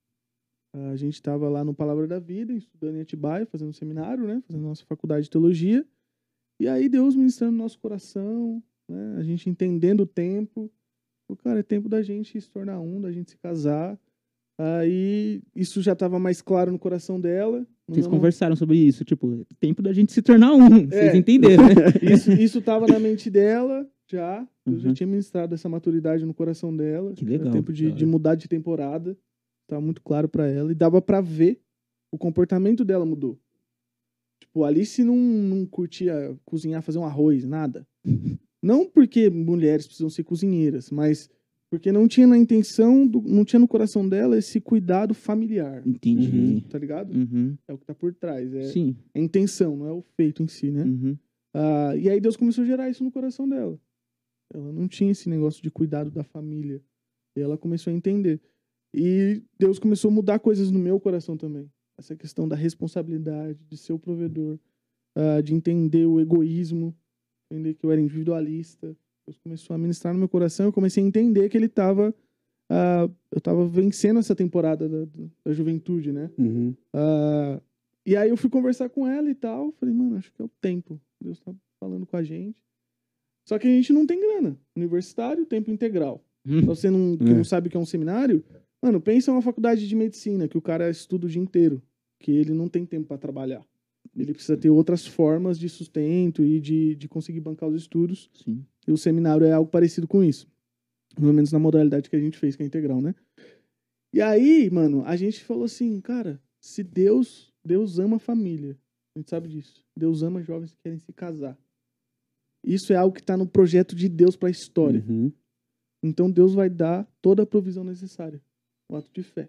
A gente tava lá no Palavra da Vida, estudando em Atibaia, fazendo seminário, né? Fazendo nossa faculdade de teologia. E aí Deus ministrando no nosso coração, né? A gente entendendo o tempo. Pô, cara, é tempo da gente se tornar um, da gente se casar. Aí isso já tava mais claro no coração dela. No Vocês meu- conversaram sobre isso, tipo, tempo da gente se tornar um. Vocês É. entenderam, né? Isso, isso tava na mente dela já. Eu já Uhum. tinha ministrado essa maturidade no coração dela. Que Era legal, tempo de, da hora. de mudar de temporada. Tava muito claro pra ela. E dava pra ver o comportamento dela mudou. Tipo, a Alice não, não curtia cozinhar, fazer um arroz, nada. Não porque mulheres precisam ser cozinheiras, mas porque não tinha na intenção, do- não tinha no coração dela esse cuidado familiar. Entendi. Tá ligado? Uhum. É o que tá por trás. É Sim. a intenção, não é o feito em si, né? Uhum. Ah, e aí Deus começou a gerar isso no coração dela. Ela não tinha esse negócio de cuidado da família. E ela começou a entender. E Deus começou a mudar coisas no meu coração também. Essa questão da responsabilidade, de ser o provedor, ah, de entender o egoísmo, entender que eu era individualista. Deus começou a ministrar no meu coração. Eu comecei a entender que ele estava... eu estava vencendo essa temporada da, da juventude, né? Uhum. Ah, e aí eu fui conversar com ela e tal. Falei, mano, acho que é o tempo. Deus tá falando com a gente. Só que a gente não tem grana. Universitário, tempo integral. Hum. Pra você não, que É. não sabe o que é um seminário, mano, pensa em uma faculdade de medicina, que o cara estuda o dia inteiro. Que ele não tem tempo para trabalhar. Ele precisa ter outras formas de sustento e de, de conseguir bancar os estudos. Sim. E o seminário é algo parecido com isso. Pelo menos na modalidade que a gente fez, que é integral, né? E aí, mano, a gente falou assim, cara, se Deus, Deus ama a família. A gente sabe disso. Deus ama jovens que querem se casar. Isso é algo que está no projeto de Deus para a história. Uhum. Então Deus vai dar toda a provisão necessária. Um ato de fé.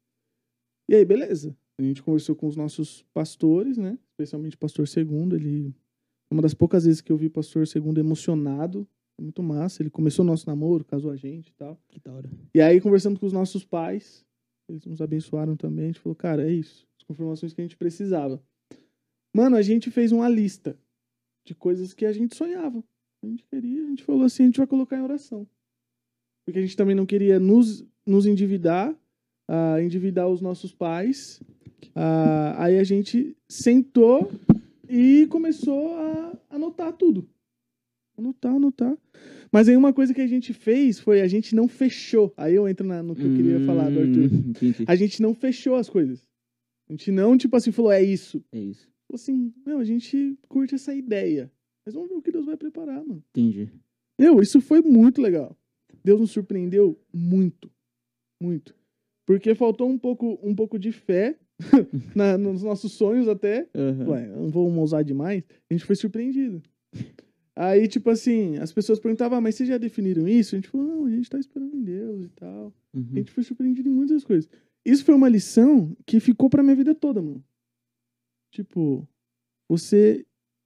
E aí, beleza. A gente conversou com os nossos pastores, né? Especialmente o pastor Segundo. Ele... Uma das poucas vezes que eu vi o pastor Segundo emocionado. Foi muito massa. Ele começou o nosso namoro, casou a gente e tal. Que da hora. E aí, conversando com os nossos pais, eles nos abençoaram também. A gente falou, cara, é isso. As confirmações que a gente precisava. Mano, a gente fez uma lista de coisas que a gente sonhava. A gente queria, a gente falou assim, a gente vai colocar em oração. Porque a gente também não queria nos, nos endividar, uh, endividar os nossos pais. Uh, aí a gente sentou e começou a anotar tudo. Anotar, anotar. Mas aí uma coisa que a gente fez foi, a gente não fechou. Aí eu entro na, no que eu queria falar do Arthur. Hum, entendi. A gente não fechou as coisas. A gente não, tipo assim, falou, é isso. É isso. Falou assim, meu, a gente curte essa ideia. Mas vamos ver o que Deus vai preparar, mano. Entendi. Meu, isso foi muito legal. Deus nos surpreendeu muito. Muito. Porque faltou um pouco, um pouco de fé na, nos nossos sonhos até. Uhum. Ué, eu não vou ousar demais. A gente foi surpreendido. Aí, tipo assim, as pessoas perguntavam, ah, mas vocês já definiram isso? A gente falou, não, a gente tá esperando em Deus e tal. Uhum. A gente foi surpreendido em muitas coisas. Isso foi uma lição que ficou pra minha vida toda, mano. Tipo, você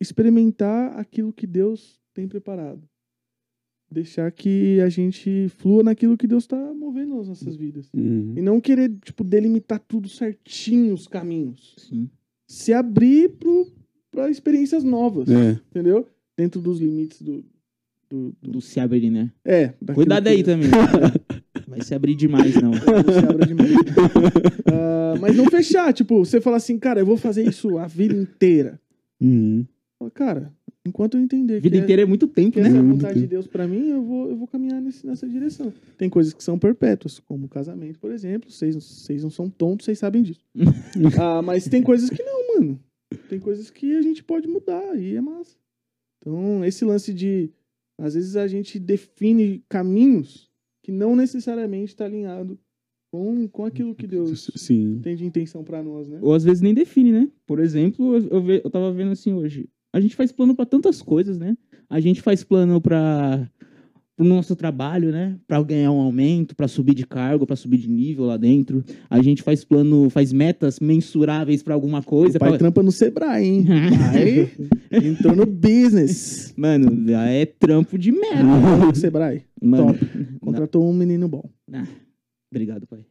experimentar aquilo que Deus tem preparado. Deixar que a gente flua naquilo que Deus está movendo nas nossas vidas. Uhum. E não querer, tipo, delimitar tudo certinho, os caminhos. Sim. Se abrir para experiências novas, É. entendeu? Dentro dos limites do... do, do... Do se abrir, né? É. daquilo Cuidado que- aí também. Vai se abrir demais, não. Não se abra demais. Ah, mas não fechar, tipo, você falar assim, cara, eu vou fazer isso a vida inteira. Uhum. Fala, cara, enquanto eu entender A vida que, é, inteira é muito tempo, que né? essa é a Muito vontade tempo. de Deus pra mim, eu vou, eu vou caminhar nesse, nessa direção. Tem coisas que são perpétuas, como o casamento, por exemplo. Vocês, vocês não são tontos, vocês sabem disso. Ah, mas tem coisas que não, mano. Tem coisas que a gente pode mudar e é massa. Então, esse lance de... Às vezes a gente define caminhos que não necessariamente está alinhado com, com aquilo que Deus Sim. tem de intenção pra nós, né? Ou às vezes nem define, né? Por exemplo, eu, eu, ve- eu tava vendo assim hoje. A gente faz plano pra tantas coisas, né? A gente faz plano para pro nosso trabalho, né? Pra ganhar um aumento, pra subir de cargo, pra subir de nível lá dentro. A gente faz plano, faz metas mensuráveis pra alguma coisa. O pai pra- trampa no Sebrae, hein? Pai entrou no business. Mano, é trampo de merda. Trabalhou no Sebrae. Mano, Top. Contratou um menino bom. Ah, obrigado, pai.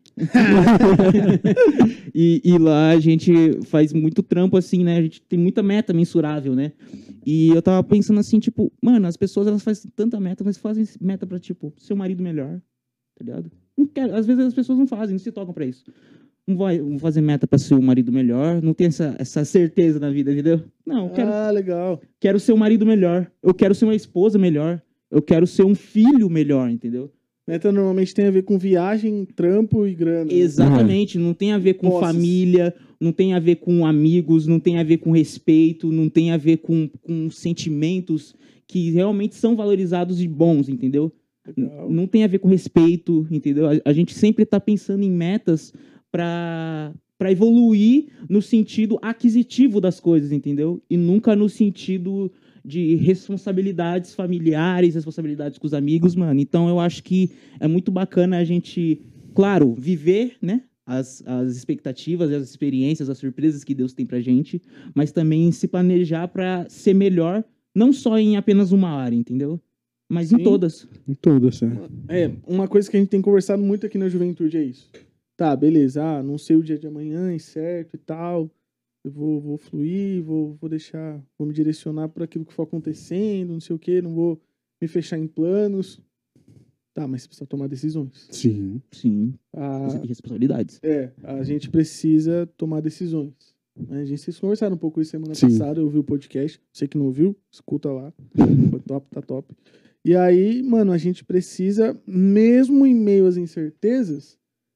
e, e lá a gente faz muito trampo assim, né? A gente tem muita meta mensurável, né? E eu tava pensando assim, tipo, mano, as pessoas elas fazem tanta meta, mas fazem meta pra, tipo, ser um marido melhor, tá ligado? Não quero, às vezes as pessoas não fazem, não se tocam pra isso. Não vai vão fazer meta pra ser um marido melhor, não tem essa, essa certeza na vida, entendeu? Não, eu quero, Ah, legal. quero ser um marido melhor, eu quero ser uma esposa melhor, eu quero ser um filho melhor, entendeu? Meta normalmente tem a ver com viagem, trampo e grana. né? Exatamente, não tem a ver com Posses. família, não tem a ver com amigos, não tem a ver com respeito, não tem a ver com, com sentimentos que realmente são valorizados e bons, entendeu? N- Legal. Não tem a ver com respeito, entendeu? A, a gente sempre está pensando em metas para para evoluir no sentido aquisitivo das coisas, entendeu? E nunca no sentido de responsabilidades familiares, responsabilidades com os amigos, mano. Então eu acho que é muito bacana a gente, claro, viver, né? As, as expectativas, as experiências, as surpresas que Deus tem pra gente, mas também se planejar para ser melhor, não só em apenas uma área, entendeu? Mas em Sim. todas. Em todas, é. É, uma coisa que a gente tem conversado muito aqui na juventude é isso. Tá, beleza, ah, não sei o dia de amanhã, certo e tal. Eu vou, vou fluir, vou, vou deixar, vou me direcionar por aquilo que for acontecendo, não sei o quê, não vou me fechar em planos. Tá, mas você precisa tomar decisões. Sim. Sim, Ah, e responsabilidades. é, a gente precisa tomar decisões. Né? A gente, vocês conversaram um pouco isso semana Sim. passada, eu ouvi o podcast. Você que não ouviu, escuta lá. Foi top, tá top. E aí, mano, a gente precisa, mesmo em meio às incertezas,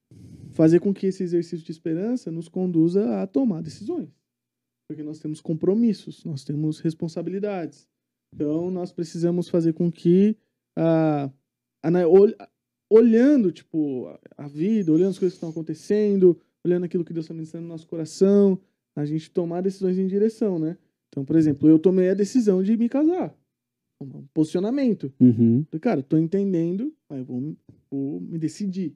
fazer com que esse exercício de esperança nos conduza a tomar decisões. Porque nós temos compromissos, nós temos responsabilidades. Então, nós precisamos fazer com que, ah, ana- ol- olhando, tipo, a- a vida, olhando as coisas que estão acontecendo, olhando aquilo que Deus está ministrando no nosso coração, a gente tomar decisões em direção, né? Então, por exemplo, eu tomei a decisão de me casar. Um posicionamento. Uhum. Falei, cara, tô entendendo, mas eu vou, vou me decidir,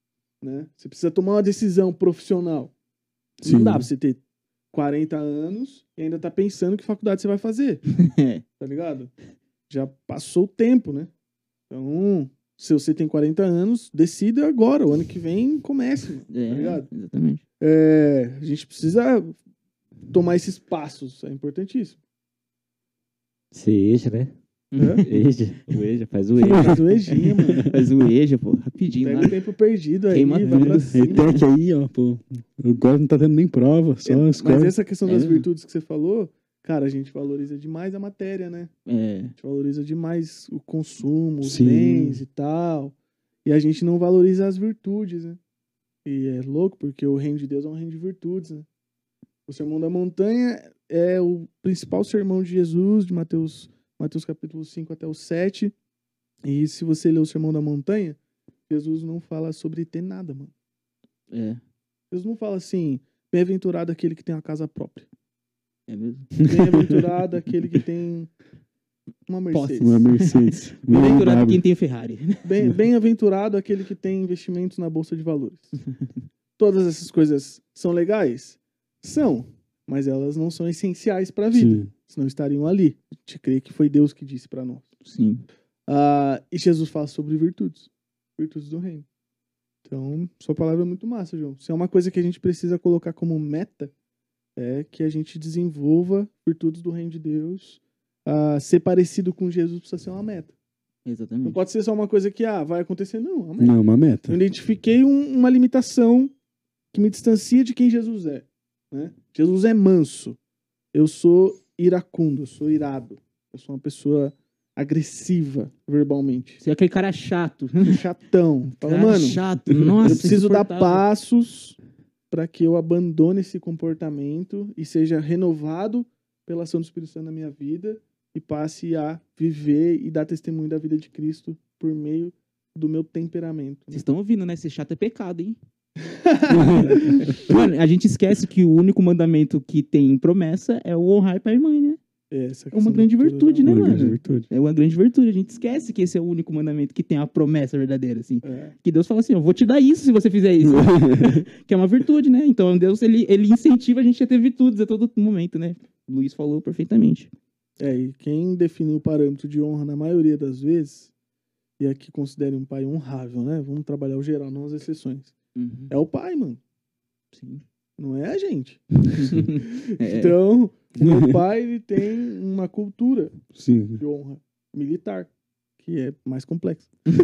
né? Você precisa tomar uma decisão profissional. Sim. Não dá pra você ter quarenta anos e ainda tá pensando que faculdade você vai fazer, É. tá ligado? Já passou o tempo, né? Então, se você tem quarenta anos, decida agora, o ano que vem comece, mano, É, tá ligado? exatamente. É, a gente precisa tomar esses passos, é importantíssimo. Se eja, né? Hã? Eja. O eja, faz o eja. Faz o Ejinha, mano. Faz o EJA, pô, rapidinho Pega lá. o tempo perdido aí, Queima vai pra tudo. cima. Retec aí, ó, pô. Agora não tá tendo nem prova, só É, escolhe. mas essa questão É das mesmo? virtudes que você falou, cara, a gente valoriza demais a matéria, né? É, A gente valoriza demais o consumo, os Sim. bens e tal. E a gente não valoriza as virtudes, né? E é louco, porque o reino de Deus é um reino de virtudes, né? O Sermão da Montanha é o principal sermão de Jesus, de Mateus, Mateus capítulo cinco até o sete. E se você ler o Sermão da Montanha, Jesus não fala sobre ter nada, mano. é, Jesus não fala assim, bem-aventurado aquele que tem uma casa própria. é mesmo. Bem-aventurado aquele que tem uma Mercedes. Uma Mercedes. Bem-aventurado Uma quem tem Ferrari. Bem- Bem-aventurado aquele que tem investimentos na Bolsa de Valores. Todas essas coisas são legais? São, mas elas não são essenciais para a vida. Sim. senão estariam ali. A gente crê que foi Deus que disse para nós. Sim. Ah, e Jesus fala sobre virtudes. Virtudes do reino. Então, sua palavra é muito massa, João. Se é uma coisa que a gente precisa colocar como meta, é que a gente desenvolva virtudes do reino de Deus. Ah, ser parecido com Jesus precisa ser uma meta. Não Exatamente. pode ser só uma coisa que ah, vai acontecer, não. É uma meta. Não, é uma meta. Eu identifiquei um- uma limitação que me distancia de quem Jesus é. Né? Jesus é manso. Eu sou iracundo, eu sou irado. Eu sou uma pessoa agressiva verbalmente. Você é aquele cara chato. Chatão. Fala, Cara mano, chato. Nossa, eu preciso dar insuportável. passos para que eu abandone esse comportamento e seja renovado pela ação do Espírito Santo na minha vida e passe a viver e dar testemunho da vida de Cristo por meio do meu temperamento. Vocês estão ouvindo, né? Ser chato é pecado, hein? Mano, a gente esquece que o único mandamento que tem promessa é o honrar pai e mãe, né? Essa É uma grande questão virtude, né, Uma mano? grande virtude. É uma grande virtude. A gente esquece que esse é o único mandamento que tem a promessa verdadeira, assim. É. Que Deus fala assim, eu vou te dar isso se você fizer isso. Que é uma virtude, né? Então Deus, ele, ele incentiva a gente a ter virtudes a todo momento, né? O Luiz falou perfeitamente. É, e quem define o parâmetro de honra na maioria das vezes, e aqui considere um pai honrável, né? Vamos trabalhar o geral, não as exceções. Uhum. É o pai, mano. Sim. Não é a gente. É. Então, o meu pai, ele tem uma cultura Sim. de honra militar, que é mais complexa.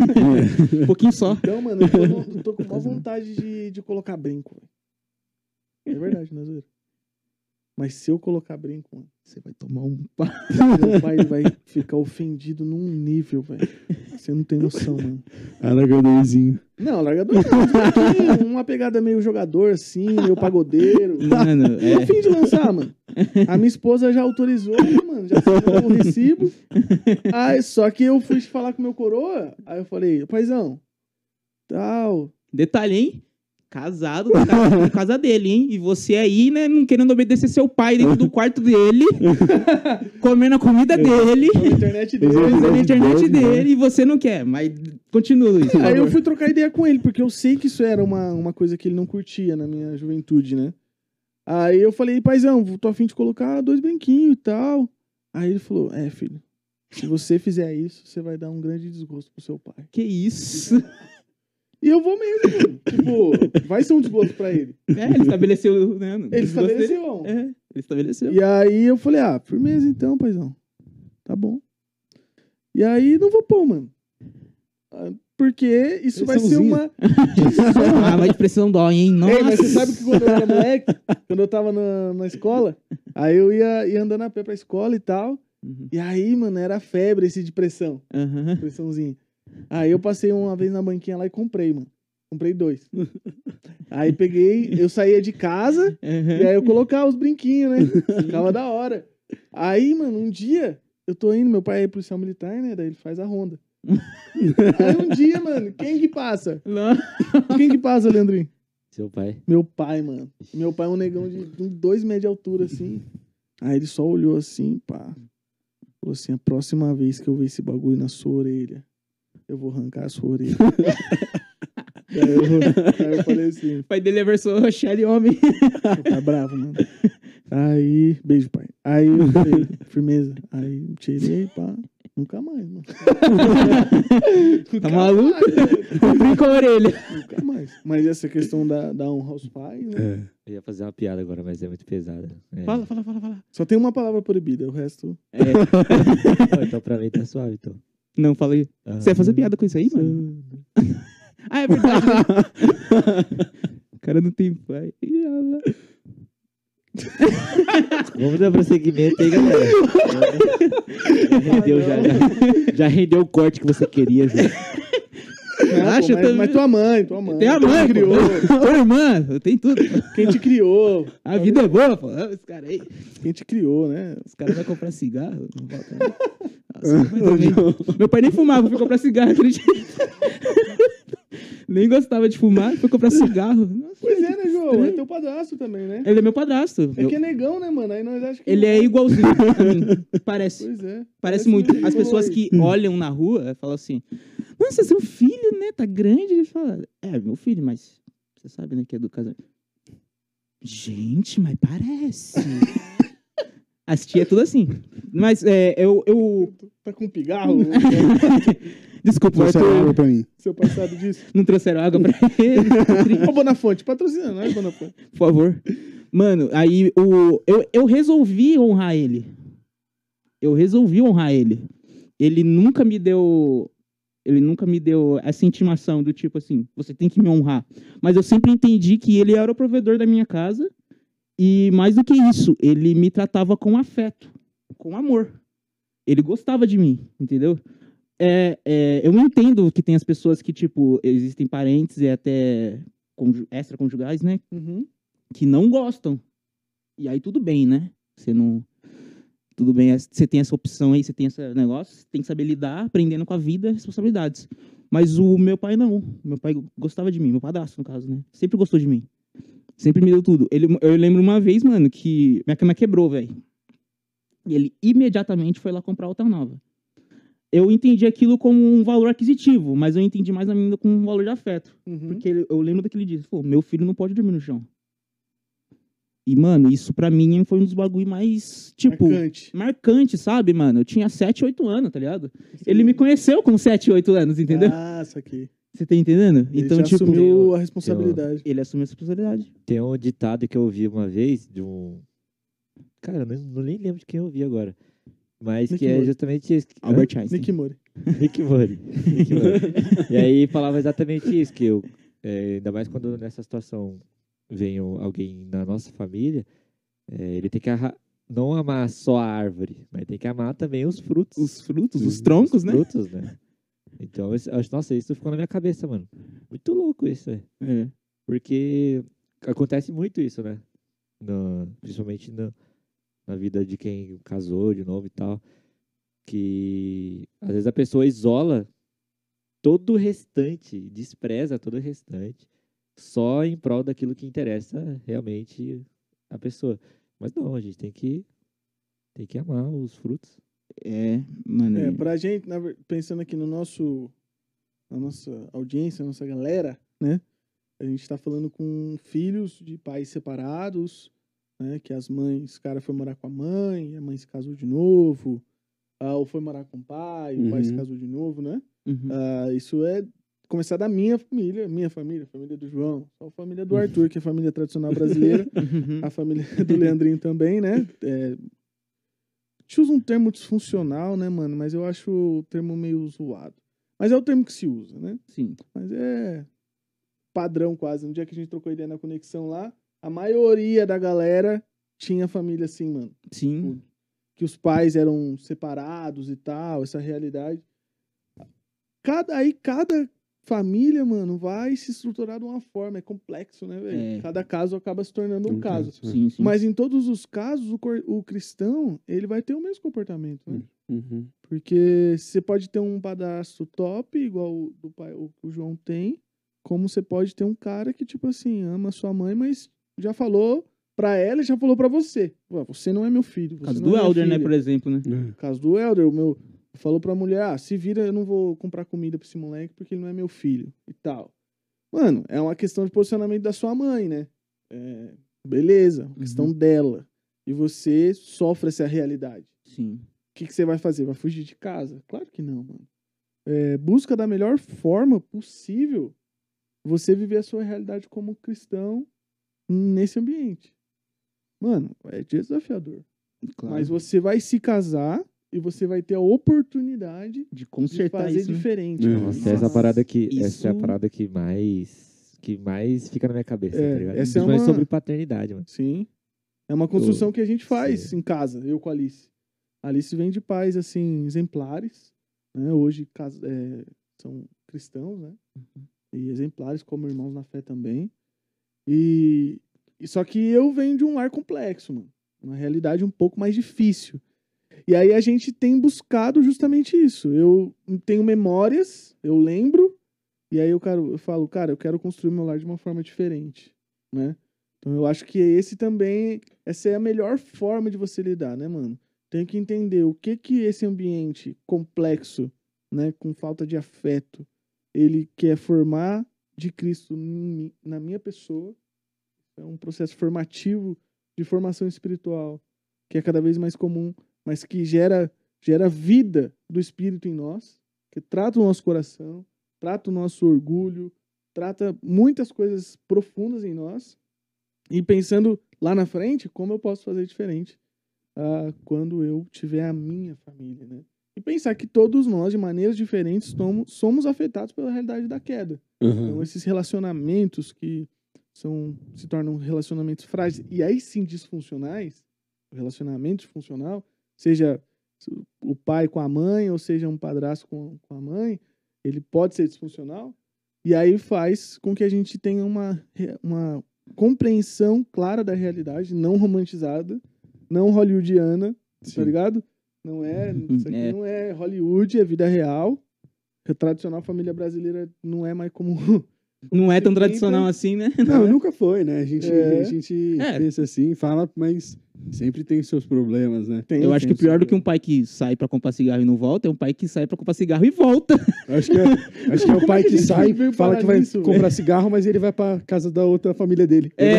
Um pouquinho só. Então, mano, eu tô, eu tô com uma vontade de, de colocar brinco. Véio. É verdade, né, zoeira? Mas se eu colocar brinco, mano, você vai tomar um pau. Meu pai vai ficar ofendido num nível, velho. Você não tem noção, mano. Alargadorzinho. Não, largador não. Uma pegada meio jogador, assim, meio pagodeiro. Mano, Tô é. a fim de lançar, mano. A minha esposa já autorizou, né, mano? Já assinou o recibo. Aí, só que eu fui falar com meu coroa. Aí eu falei, paizão, tal. Detalhe, hein? Casado na casa, na casa dele, hein? E você aí, né, não querendo obedecer seu pai dentro do quarto dele, comendo a comida dele, Na internet dele. usando a internet Deus, né? dele, e você não quer. Mas continua, Luiz, por Aí eu favor. fui trocar ideia com ele, porque eu sei que isso era uma, uma coisa que ele não curtia na minha juventude, né? Aí eu falei, paizão, tô a fim de colocar dois brinquinhos e tal. Aí ele falou, é, filho, se você fizer isso, você vai dar um grande desgosto pro seu pai. Que isso? E eu vou mesmo, mano. Tipo, vai ser um desgosto pra ele. É, ele estabeleceu, né? no Ele desgosto dele. estabeleceu. É, ele estabeleceu. E aí eu falei, ah, firmeza então, paizão. Tá bom. E aí não vou pôr, mano. Ah, porque isso vai ser uma... Ah, mas de pressão dói, hein? Nossa. Ei, mas você sabe que quando eu era moleque, quando eu tava na, na escola, aí eu ia, ia andando a pé pra escola e tal. Uhum. E aí, mano, era febre esse de pressão. Aham. Pressãozinha. Aí eu passei uma vez na banquinha lá e comprei, mano. Comprei dois. Aí peguei, eu saía de casa Aham. e aí eu colocava os brinquinhos, né? Ficava da hora. Aí, mano, um dia, eu tô indo, meu pai é policial militar, né? Daí ele faz a ronda. Aí um dia, mano, quem que passa? Não. Quem que passa, Leandrinho? Seu pai. Meu pai, mano. Meu pai é um negão de uns dois metros de altura, assim. Aí ele só olhou assim, pá. Falou assim, a próxima vez que eu ver esse bagulho na sua orelha, eu vou arrancar a sua orelha. aí, eu, aí eu falei assim, O pai dele é versão Rochelle homem. meu pai é bravo, mano. Aí, beijo, pai. Aí eu falei, firmeza. Aí tirei, pá. Nunca mais, mano. Tá maluco? mais, Brinca a orelha. Nunca mais. Mas essa questão da, da honra aos pais, né? É. Eu ia fazer uma piada agora, mas é muito pesada. É. Fala, fala, fala, fala. Só tem uma palavra proibida, o resto... É. Não, então pra mim tá suave, então. Não, fala aí. Ah. Você vai fazer piada com isso aí, mano? Ah, é verdade. né? O cara não tem pai. Ih, olha lá. Vamos dar prosseguimento aí, galera. Já rendeu, já, já, já rendeu o corte que você queria, já. Não, Acha pô, mas, também. mas tua mãe, tua mãe. Tem a quem mãe, te criou, pô. Tua irmã, tem tudo. quem te criou, A vida é boa, pô. Ah, Os caras aí. quem te criou, né? Os caras vão comprar cigarro. Não volta, não. Nossa, meu, pai também- meu pai nem fumava, foi comprar cigarro, acredita? Nem gostava de fumar, foi comprar cigarro. Nossa, Pois é, né, João? É estranho. teu padrasto também, né? Ele é meu padrasto. É Meu- que é negão, né, mano? Aí nós achamos que... Ele é igualzinho a mim. Parece. Pois é. Parece muito. que ele As falou pessoas aí. que olham na rua falam assim: Nossa, seu filho, né? Tá grande. Ele fala: É, meu filho, mas você sabe, né? Que é do casamento. Gente, mas parece. As tia é tudo assim. Mas é, eu, eu... Tá com pigarro? Desculpa, Trouxeram Arthur, água pra mim. Seu pai sabe disso? não trouxeram água pra ele. Ô, Bonafonte, patrocina, não é, Bonafonte? Por favor. Mano, aí o, eu, eu resolvi honrar ele. Eu resolvi honrar ele. Ele nunca me deu... Ele nunca me deu essa intimação do tipo assim, você tem que me honrar. Mas eu sempre entendi que ele era o provedor da minha casa. E mais do que isso, ele me tratava com afeto, com amor. Ele gostava de mim, entendeu? É, é, eu entendo que tem as pessoas que, tipo, existem parentes e até conju- extraconjugais, né? Uhum. Que não gostam. E aí tudo bem, né? Você não... Tudo bem, é- você tem essa opção aí, você tem esse negócio, você tem que saber lidar, aprendendo com a vida, responsabilidades. Mas o meu pai não. Meu pai gostava de mim, meu padrasto, no caso, né? Sempre gostou de mim. Sempre me deu tudo. Ele, eu lembro uma vez, mano, que minha cama quebrou, velho. E ele imediatamente foi lá comprar outra nova. Eu entendi aquilo como um valor aquisitivo, mas eu entendi mais ainda como um valor de afeto. Uhum. Porque ele- eu lembro daquele dia, pô, meu filho não pode dormir no chão. E, mano, isso pra mim foi um dos bagulho mais, tipo, Marcante. marcante, sabe, mano? Eu tinha sete, oito anos, tá ligado? Ele me conheceu com sete, oito anos, entendeu? Ah, isso aqui. Você tá entendendo? Ele Então, já tipo, assumiu a responsabilidade. ele assumiu essa responsabilidade. Tem um ditado que eu ouvi uma vez de um. Cara, eu não, não nem lembro de quem eu ouvi agora. Mas Nick que é Mori. justamente isso. que- Albert Hã? Einstein. Nick Mori. Rick Mori. Rick Mori. E aí falava exatamente isso, que eu, é, ainda mais quando nessa situação vem o- alguém na nossa família, é, ele tem que arra- não amar só a árvore, mas tem que amar também os frutos. Os frutos, os troncos, né? Frutos, né? Então, eu acho, nossa, isso ficou na minha cabeça, mano. Muito louco isso, velho. É. Porque acontece muito isso, né? No- principalmente no- na vida de quem casou de novo e tal. Que às vezes a pessoa isola todo o restante, despreza todo o restante, só em prol daquilo que interessa realmente a pessoa. Mas não, a gente tem que, tem que amar os frutos. É, mano. É, e- pra gente, na ver- pensando aqui no nosso, na nossa audiência, na nossa galera, né? A gente tá falando com filhos de pais separados, né? Que as mães, o cara foi morar com a mãe, a mãe se casou de novo, ah, ou foi morar com o pai, o pai se Uhum. casou de novo, né? Uhum. Ah, isso é começar da minha família, minha família, família do João, só a família do Arthur, que é a família tradicional brasileira, Uhum. a família do Leandrinho também, né? É, a gente usa um termo disfuncional, né, mano? Mas eu acho o termo meio zoado. Mas é o termo que se usa, né? Sim. Mas é padrão quase. No dia que a gente trocou ideia na conexão lá, a maioria da galera tinha família assim, mano. Sim. Que os pais eram separados e tal, essa realidade. Cada, aí cada família, mano, vai se estruturar de uma forma. É complexo, né, velho? É. Cada caso acaba se tornando um Um caso. caso, Sim, sim. Mas em todos os casos, o, cor- o cristão, ele vai ter o mesmo comportamento, né? Uhum. Porque você pode ter um padrasto top, igual o do pai, o, o João tem, como você pode ter um cara que, tipo assim, ama sua mãe, mas já falou pra ela e já falou pra você. Ué, você não é meu filho. Você Caso não do é minha Elder, né, filha. por exemplo, né? É. No caso do Elder, o meu falou pra mulher, ah, se vira, eu não vou comprar comida pra esse moleque porque ele não é meu filho e tal. Mano, é uma questão de posicionamento da sua mãe, né? É, beleza, uma questão dela. E você sofre essa realidade. Sim. O que, que você vai fazer? Vai fugir de casa? Claro que não, mano. É, busca da melhor forma possível você viver a sua realidade como cristão nesse ambiente. Mano, é desafiador. Claro. Mas você vai se casar e você vai ter a oportunidade De de consertar fazer isso, né? diferente. É. mano. Nossa, essa parada que, Isso- essa é a parada que mais, que mais fica na minha cabeça, É, tá ligado? essa é Principalmente uma- sobre paternidade, mano. Sim. É uma construção Eu- que a gente faz Sim. em casa, eu com a Alice. A Alice vem de pais, assim, exemplares. Né? Hoje cas- é, são cristãos, né? E exemplares, como irmãos na fé também. E, e só que eu venho de um lar complexo, mano. Uma realidade um pouco mais difícil. E aí a gente tem buscado justamente isso. Eu tenho memórias, eu lembro, e aí eu, quero, eu falo, cara, eu quero construir meu lar de uma forma diferente, né? Então eu acho que esse também, essa é a melhor forma de você lidar, né, mano? Tem que entender o que que esse ambiente complexo, né, com falta de afeto, ele quer formar de Cristo em mim- na minha pessoa. É um processo formativo de formação espiritual que é cada vez mais comum, mas que gera, gera vida do Espírito em nós, que trata o nosso coração, trata o nosso orgulho, trata muitas coisas profundas em nós, e pensando lá na frente, como eu posso fazer diferente uh, quando eu tiver a minha família, né? E pensar que todos nós, de maneiras diferentes, somos, somos afetados pela realidade da queda. Uhum. Então, esses relacionamentos que são, se tornam relacionamentos frágeis, e aí sim disfuncionais, o relacionamento funcional, seja o pai com a mãe, ou seja um padrasto com, com a mãe, ele pode ser disfuncional, e aí faz com que a gente tenha uma, uma compreensão clara da realidade, não romantizada, não hollywoodiana, Sim. tá ligado? Não é, isso aqui É. não é Hollywood, é vida real. A tradicional família brasileira não é mais como... Não é se tão pinta. tradicional assim, né? Não, nunca foi, né? A gente, É. a gente É. pensa assim, fala, mas sempre tem seus problemas, né? Tem, Eu acho tem que pior o do que um pai que sai pra comprar cigarro e não volta, é um pai que sai pra comprar cigarro e volta. Acho que é, acho que é o pai que a que gente sai, veio fala parar que vai nisso, comprar velho? cigarro, mas ele vai pra casa da outra família dele. É,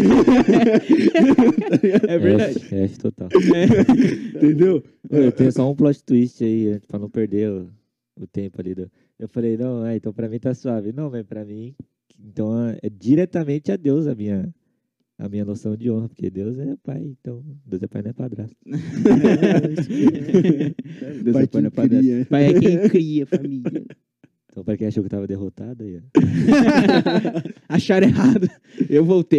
é verdade. F, F total. Entendeu? Ô, Eu tenho só um plot twist aí, eh, pra não perder o, o tempo ali. Do... Eu falei, não, é, então pra mim tá suave. Não, mas pra mim, então é é diretamente a Deus a minha, a minha noção de honra, porque Deus é pai, então Deus é pai, não é padrasto. Deus Pai é pai, não quem é padrasto. cria. Pai é quem cria, família. Então pra quem achou que eu tava derrotado, aí, ó. Acharam errado. Eu voltei.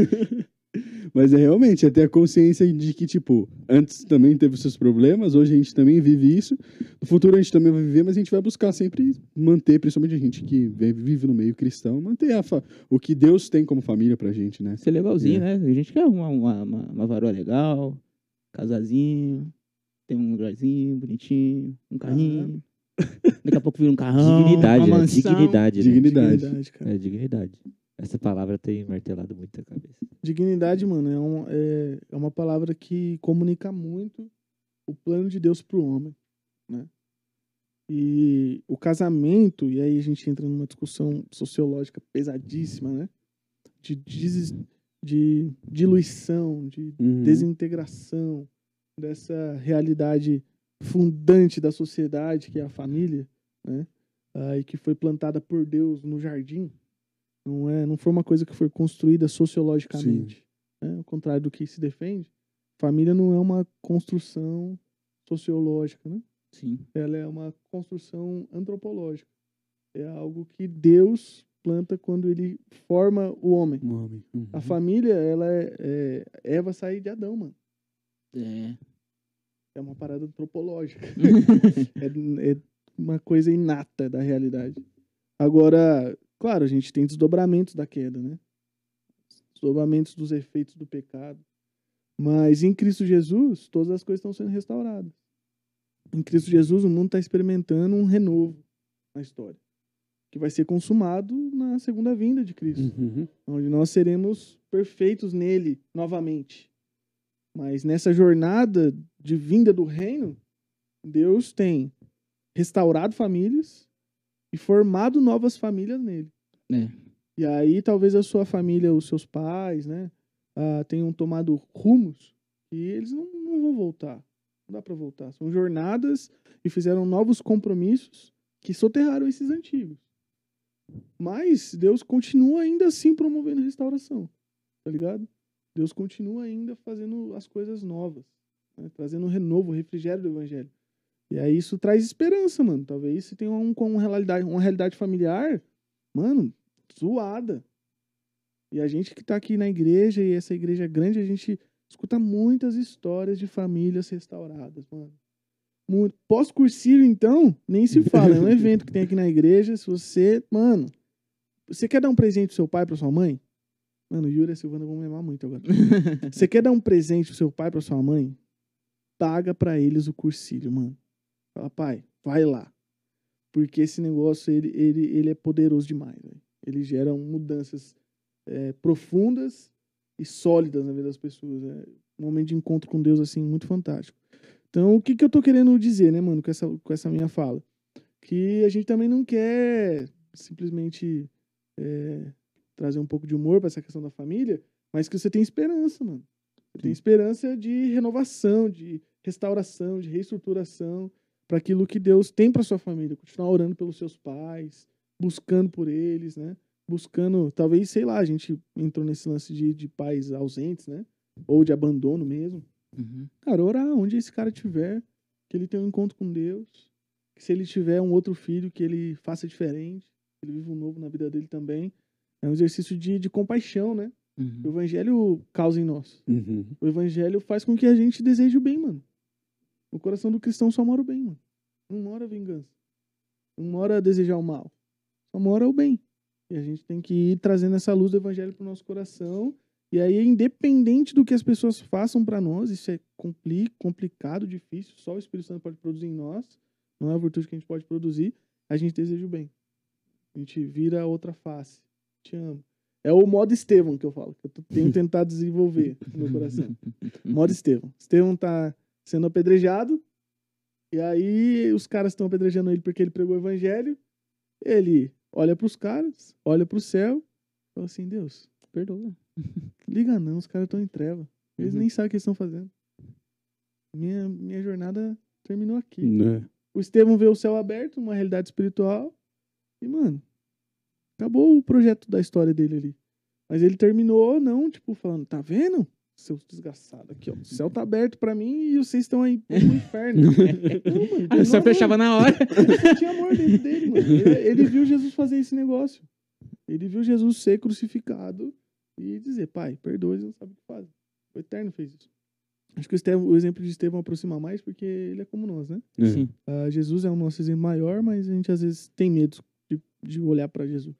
Mas é realmente, é ter a consciência de que, tipo, antes também teve seus problemas, hoje a gente também vive isso, no futuro a gente também vai viver, mas a gente vai buscar sempre manter, principalmente a gente que vive no meio cristão, manter a fa- o que Deus tem como família pra gente, né? Ser legalzinho, É. né? A gente quer uma, uma, uma, uma varoa legal, casazinho, tem um lugarzinho bonitinho, um carrinho. Daqui a pouco vira um carrão, Dignidade, uma né? mansão. Dignidade, né? Dignidade. Dignidade, cara. É dignidade. Essa palavra tem martelado muito a cabeça. Dignidade, mano, é, um, é, é uma palavra que comunica muito o plano de Deus pro homem, né? E o casamento, e aí a gente entra numa discussão sociológica pesadíssima, né? De, des- de diluição, de Uhum. desintegração dessa realidade fundante da sociedade, que é a família, né? Ah, e que foi plantada por Deus no jardim. Não, é, não foi uma coisa que foi construída sociologicamente. Né? Ao contrário do que se defende, família não é uma construção sociológica, né? Sim. Ela é uma construção antropológica. É algo que Deus planta quando ele forma o homem. Um homem. Uhum. A família, ela é, é Eva sair de Adão, mano. É. É uma parada antropológica. é, é uma coisa inata da realidade. Agora, claro, a gente tem desdobramentos da queda, né? Desdobramentos dos efeitos do pecado. Mas em Cristo Jesus, todas as coisas estão sendo restauradas. Em Cristo Jesus, o mundo está experimentando um renovo na história, que vai ser consumado na segunda vinda de Cristo, Uhum. onde nós seremos perfeitos nele novamente. Mas nessa jornada de vinda do reino, Deus tem restaurado famílias e formado novas famílias nele. É. E aí talvez a sua família, os seus pais, né, ah, tenham tomado rumos e eles não, não vão voltar. Não dá para voltar. São jornadas e fizeram novos compromissos que soterraram esses antigos. Mas Deus continua ainda assim promovendo restauração, tá ligado? Deus continua ainda fazendo as coisas novas, né? Trazendo um renovo, o refrigério do evangelho. E aí isso traz esperança, mano. Talvez se tenha um, com uma realidade, uma realidade familiar, mano, zoada. E a gente que tá aqui na igreja, e essa igreja grande, a gente escuta muitas histórias de famílias restauradas, mano. Muito. Pós-cursilho, então, nem se fala. É um evento que tem aqui na igreja. Se você, mano, você quer dar um presente pro seu pai, pra sua mãe? Mano, Yuri e a Silvana vão me amar muito agora. Você quer dar um presente pro seu pai, pra sua mãe? Paga pra eles o cursilho, mano. Fala, pai, vai lá. Porque esse negócio, ele, ele, ele é poderoso demais, velho. Ele gera mudanças é, profundas e sólidas na vida das pessoas. É um momento de encontro com Deus, assim, muito fantástico. Então, o que, que eu tô querendo dizer, né, mano, com essa, com essa minha fala? Que a gente também não quer simplesmente é, trazer um pouco de humor pra essa questão da família, mas que você tem esperança, mano. Você tem esperança de renovação, de restauração, de reestruturação para aquilo que Deus tem para sua família. Continuar orando pelos seus pais, buscando por eles, né? Buscando, talvez, sei lá, a gente entrou nesse lance de, de pais ausentes, né? Ou de abandono mesmo. Uhum. Cara, orar onde esse cara estiver, que ele tenha um encontro com Deus, que se ele tiver um outro filho, que ele faça diferente, que ele viva um novo na vida dele também. É um exercício de, de compaixão, né? O Uhum. evangelho causa em nós. Uhum. O evangelho faz com que a gente deseje o bem, mano. No coração do cristão só mora o bem, mano. Não mora a vingança. Não mora a desejar o mal. Só mora o bem. E a gente tem que ir trazendo essa luz do evangelho pro nosso coração. E aí, independente do que as pessoas façam pra nós, isso é compli- complicado, difícil, só o Espírito Santo pode produzir em nós. Não é a virtude que a gente pode produzir. A gente deseja o bem. A gente vira a outra face. Te amo. É o modo Estevão que eu falo, que eu tô- tenho tentado desenvolver no meu coração. Modo Estevão. Estevão tá sendo apedrejado, e aí os caras estão apedrejando ele porque ele pregou o evangelho. Ele olha pros caras, olha pro céu, e fala assim: Deus, Perdoa. liga não, os caras estão em treva. Eles Uhum. nem sabem o que eles estão fazendo. Minha, minha jornada terminou aqui. Né? O Estevão vê o céu aberto, uma realidade espiritual, e, mano, acabou o projeto da história dele ali. Mas ele terminou, não, tipo, falando: tá vendo? Seus desgraçados, aqui, ó. O céu tá aberto pra mim e vocês estão aí no inferno. Não, mano, Ah, só não, fechava na hora. Só tinha amor dentro dele, mano. Ele, ele viu Jesus fazer esse negócio. Ele viu Jesus ser crucificado e dizer: pai, perdoa, eles não sabem o que fazem. O Eterno fez isso. Acho que o, Estevão, o exemplo de Estevão aproxima mais porque ele é como nós, né? É. Sim. Ah, Jesus é o nosso exemplo maior, mas a gente às vezes tem medo de, de olhar para Jesus.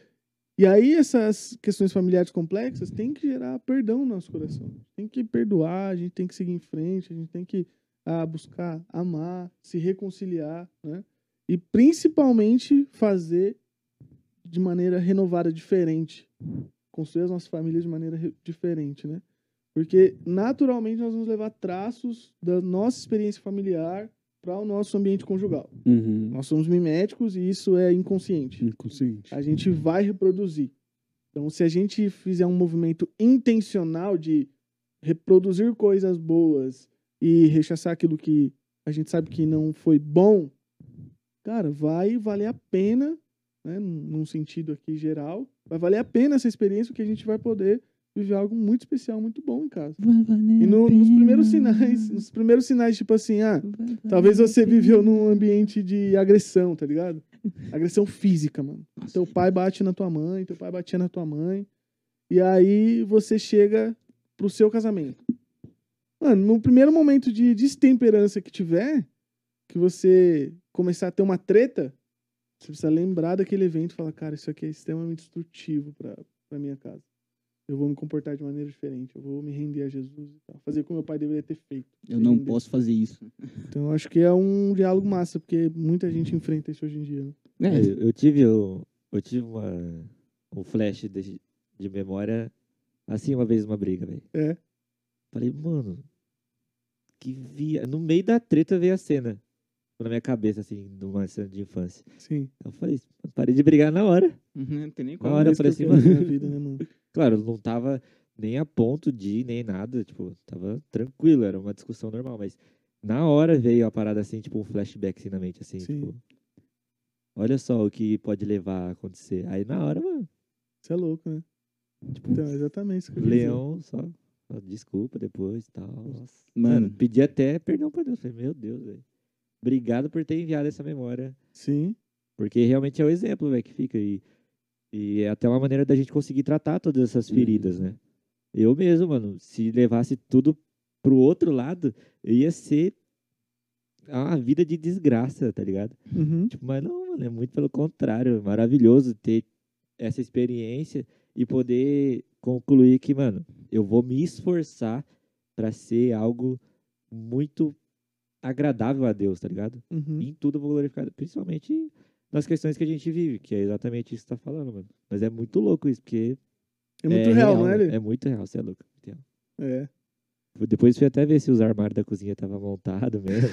E aí essas questões familiares complexas têm que gerar perdão no nosso coração. Tem que perdoar, a gente tem que seguir em frente, a gente tem que ah, buscar amar, se reconciliar, né? E principalmente fazer de maneira renovada, diferente. Construir as nossas famílias de maneira re- diferente, né? Porque naturalmente nós vamos levar traços da nossa experiência familiar para o nosso ambiente conjugal. Uhum. Nós somos miméticos e isso é inconsciente. Inconsciente. A gente vai reproduzir. Então, se a gente fizer um movimento intencional de reproduzir coisas boas e rechaçar aquilo que a gente sabe que não foi bom, cara, vai valer a pena, né, num num sentido aqui geral, vai valer a pena essa experiência, porque a gente vai poder viver algo muito especial, muito bom em casa. E no- nos primeiros sinais, nos primeiros sinais, tipo assim, ah, talvez você viveu num ambiente de agressão, tá ligado? Agressão física, mano. Teu pai bate na tua mãe, teu pai batia na tua mãe. E aí você chega pro seu casamento. Mano, no primeiro momento de destemperança que tiver, que você começar a ter uma treta, você precisa lembrar daquele evento e falar: cara, isso aqui é extremamente destrutivo pra, pra minha casa. Eu vou me comportar de maneira diferente. Eu vou me render a Jesus e tal. Fazer como meu pai deveria ter feito. Eu Se não render. posso fazer isso. Então, eu acho que é um diálogo massa, porque muita gente enfrenta isso hoje em dia. Né? É, Eu, eu tive, eu, eu tive uma, um flash de, de memória, assim, uma vez, uma briga, velho. É. Falei, mano, que via... No meio da treta veio a cena, na minha cabeça, assim, de uma cena de infância. Sim. Eu falei, parei de brigar na hora. uhum, não tem nem Na como. hora eu Isso falei que assim, eu quero mano... na vida, né, mano? Claro, eu não tava nem a ponto de, nem nada, tipo, tava tranquilo, era uma discussão normal, mas na hora veio a parada assim, tipo, um flashback assim na mente, assim, Sim. tipo, olha só o que pode levar a acontecer. Aí na hora, mano, Isso é louco, né? tipo, Então, é exatamente isso que eu quis dizer. leão só, só desculpa depois e tal. Nossa. Mano. pedi até perdão pra Deus, falei, meu Deus, velho, obrigado por ter enviado essa memória, Sim. porque realmente é o exemplo, velho, que fica aí. E é até uma maneira da gente conseguir tratar todas essas feridas, né? Eu mesmo, mano, se levasse tudo pro outro lado, eu ia ser uma vida de desgraça, tá ligado? Uhum. Tipo, mas não, mano, é muito pelo contrário. É maravilhoso ter essa experiência e poder concluir que, mano, eu vou me esforçar pra ser algo muito agradável a Deus, tá ligado? Uhum. Em tudo eu vou glorificar, principalmente nas questões que a gente vive, que é exatamente isso que você tá falando, mano. Mas é muito louco isso, porque É muito real, não é, né? Lê? É muito real, você é louco. muito real. É. Depois fui até ver se os armários da cozinha estavam montados mesmo.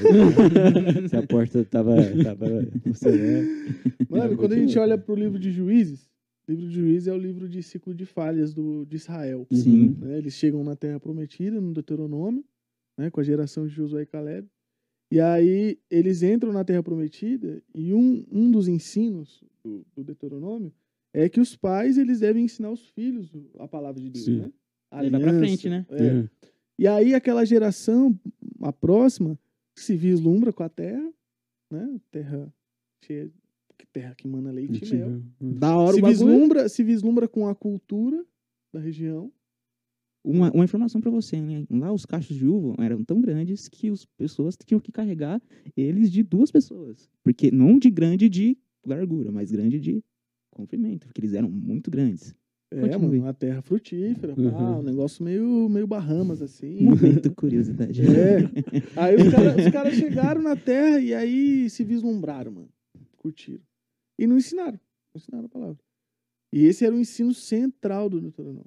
Se a porta tava, tava funcionando. Mano, É quando a muito gente louco. olha pro livro de Juízes, O livro de Juízes é o livro de ciclo de falhas do, de Israel. Sim. Né? Eles chegam na Terra Prometida, no Deuteronômio, né? Com a geração de Josué e Caleb. E aí eles entram na Terra Prometida e um, um dos ensinos do, do Deuteronômio é que os pais eles devem ensinar os filhos a palavra de Deus, Sim. né? A Levar pra aliança, frente, né? é. É. E aí aquela geração, a próxima, se vislumbra com a terra, né? Terra cheia, terra que mana leite e mel. Da hora Se o bagulho. vislumbra, se vislumbra com a cultura da região. Uma, uma informação pra você, né? Lá os cachos de uva eram tão grandes que as pessoas tinham que carregar eles de duas pessoas. Porque não de grande de largura, mas grande de comprimento, porque eles eram muito grandes. É, Continue. mano, uma terra frutífera, pá, Uhum. um negócio meio, meio Bahamas, assim. Momento curiosidade. É. Aí os caras os cara chegaram na terra e aí se vislumbraram, mano. Curtiram. E não ensinaram. Não ensinaram a palavra. E esse era o ensino central do Deuteronômio.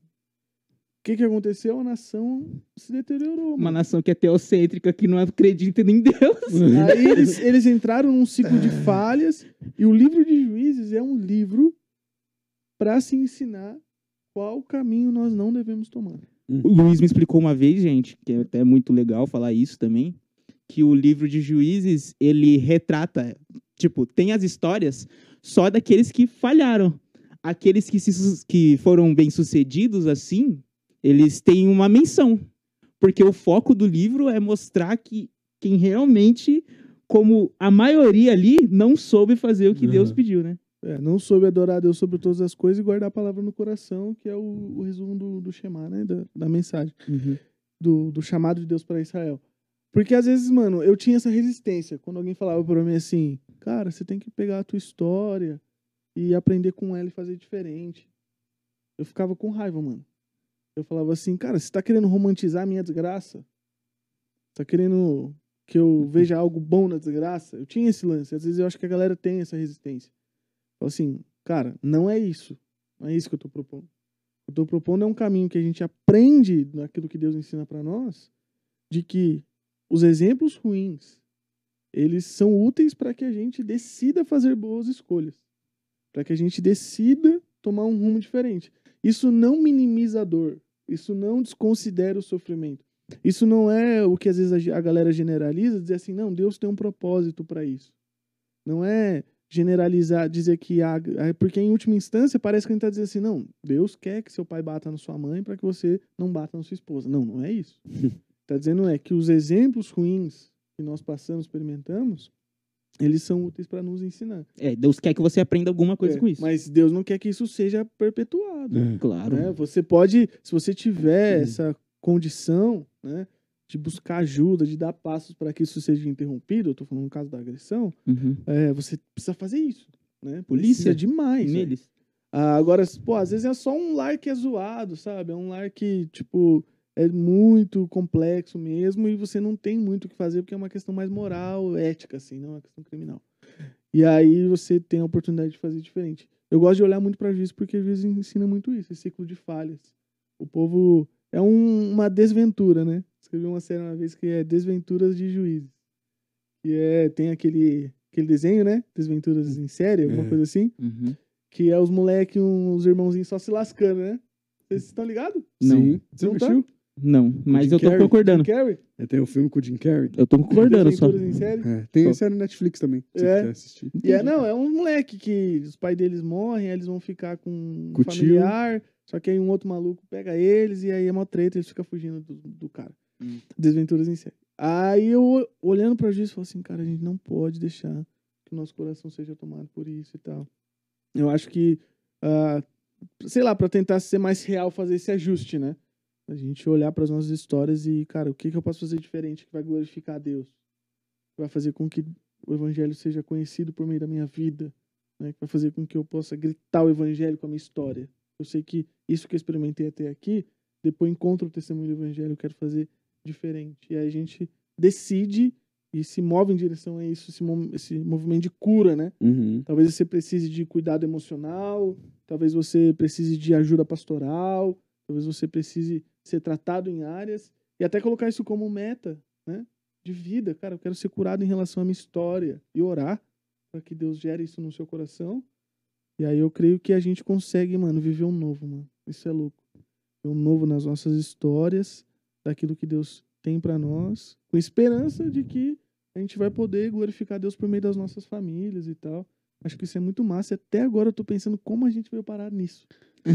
O que que aconteceu? A nação se deteriorou, Uma mano. nação que é teocêntrica, que não acredita em Deus. Aí eles, eles entraram num ciclo de falhas e o livro de Juízes é um livro para se ensinar qual caminho nós não devemos tomar. O Luiz me explicou uma vez, gente, que é até muito legal falar isso também, que o livro de Juízes, ele retrata, tipo, tem as histórias só daqueles que falharam. Aqueles que, se, sus- que foram bem-sucedidos, assim, eles têm uma menção. Porque o foco do livro é mostrar que quem realmente, como a maioria ali, não soube fazer o que Uhum. Deus pediu, né? É, não soube adorar a Deus sobre todas as coisas e guardar a palavra no coração, que é o, o resumo do, do Shema, né? Da, da mensagem, do, do chamado de Deus para Israel. Porque às vezes, mano, eu tinha essa resistência. Quando alguém falava pra mim assim, cara, você tem que pegar a tua história e aprender com ela e fazer diferente. Eu ficava com raiva, mano. Eu falava assim, cara, você tá querendo romantizar a minha desgraça? Tá querendo que eu veja algo bom na desgraça? Eu tinha esse lance. Às vezes eu acho que a galera tem essa resistência. Fala assim, cara, não é isso. Não é isso que eu tô propondo. O que eu tô propondo é um caminho que a gente aprende naquilo que Deus ensina pra nós, de que os exemplos ruins, eles são úteis para que a gente decida fazer boas escolhas. Para que a gente decida tomar um rumo diferente. Isso não minimiza a dor. Isso não desconsidera o sofrimento. Isso não é o que às vezes a galera generaliza, dizer assim, não, Deus tem um propósito para isso. Não é generalizar, dizer que há... Porque em última instância parece que a gente está dizendo assim, não, Deus quer que seu pai bata na sua mãe para que você não bata na sua esposa. Não, não é isso. Está dizendo é que os exemplos ruins que nós passamos, experimentamos, eles são úteis para nos ensinar. É, Deus quer que você aprenda alguma coisa É, com isso. Mas Deus não quer que isso seja perpetuado. É. Claro. Né? Você pode, se você tiver essa condição, né, de buscar ajuda, de dar passos para que isso seja interrompido, eu estou falando no caso da agressão, Uhum. é, você precisa fazer isso. Né? Polícia? Precisa demais. velho. Neles. Ah, agora, pô, às vezes é só um lar que é zoado, sabe? É um lar que, tipo, é muito complexo mesmo e você não tem muito o que fazer porque é uma questão mais moral, ética, assim, não é uma questão criminal. E aí você tem a oportunidade de fazer diferente. Eu gosto de olhar muito para juízes porque juízes ensina muito isso, esse ciclo de falhas. O povo é um- uma desventura, né? Escrevi uma série uma vez que é Desventuras de Juízes. E é, tem aquele, aquele desenho, né? Desventuras em série, alguma É. coisa assim. Uhum. Que é os moleques, os irmãozinhos só se lascando, né? Vocês estão ligados? Não. Sim. Você Não tá? assistiu? Não, mas Jim eu tô Carrey? concordando. Jim Carrey? É, tem o filme com o Jim Carrey. Eu tô concordando só. Desventuras em série. É, tem Pô. a série Netflix também, se É. você quiser assistir. E é, não, é um moleque que os pais deles morrem, aí eles vão ficar com um Com o tio. familiar, só que aí um outro maluco pega eles e aí é mó treta, eles ficam fugindo do, do cara. Hum. Desventuras em série. Aí eu, olhando pra juiz, falo assim, cara, a gente não pode deixar que o nosso coração seja tomado por isso e tal. Eu acho que, ah, sei lá, pra tentar ser mais real, fazer esse ajuste, né? A gente olhar pras nossas histórias e, cara, o que, que eu posso fazer diferente que vai glorificar a Deus? Que vai fazer com que o evangelho seja conhecido por meio da minha vida, né? Que vai fazer com que eu possa gritar o evangelho com a minha história. Eu sei que isso que eu experimentei até aqui, depois encontro o testemunho do evangelho, eu quero fazer diferente. E aí a gente decide e se move em direção a isso, esse, mo- esse movimento de cura, né? Uhum. Talvez você precise de cuidado emocional, talvez você precise de ajuda pastoral, talvez você precise ser tratado em áreas e até colocar isso como meta, né? De vida, cara, eu quero ser curado em relação à minha história e orar para que Deus gere isso no seu coração, E aí eu creio que a gente consegue, mano, viver um novo, mano. Isso é louco. Um novo nas nossas histórias, daquilo que Deus tem pra nós, com esperança de que a gente vai poder glorificar Deus por meio das nossas famílias e tal. Acho que isso é muito massa. E até agora eu tô pensando como a gente veio parar nisso.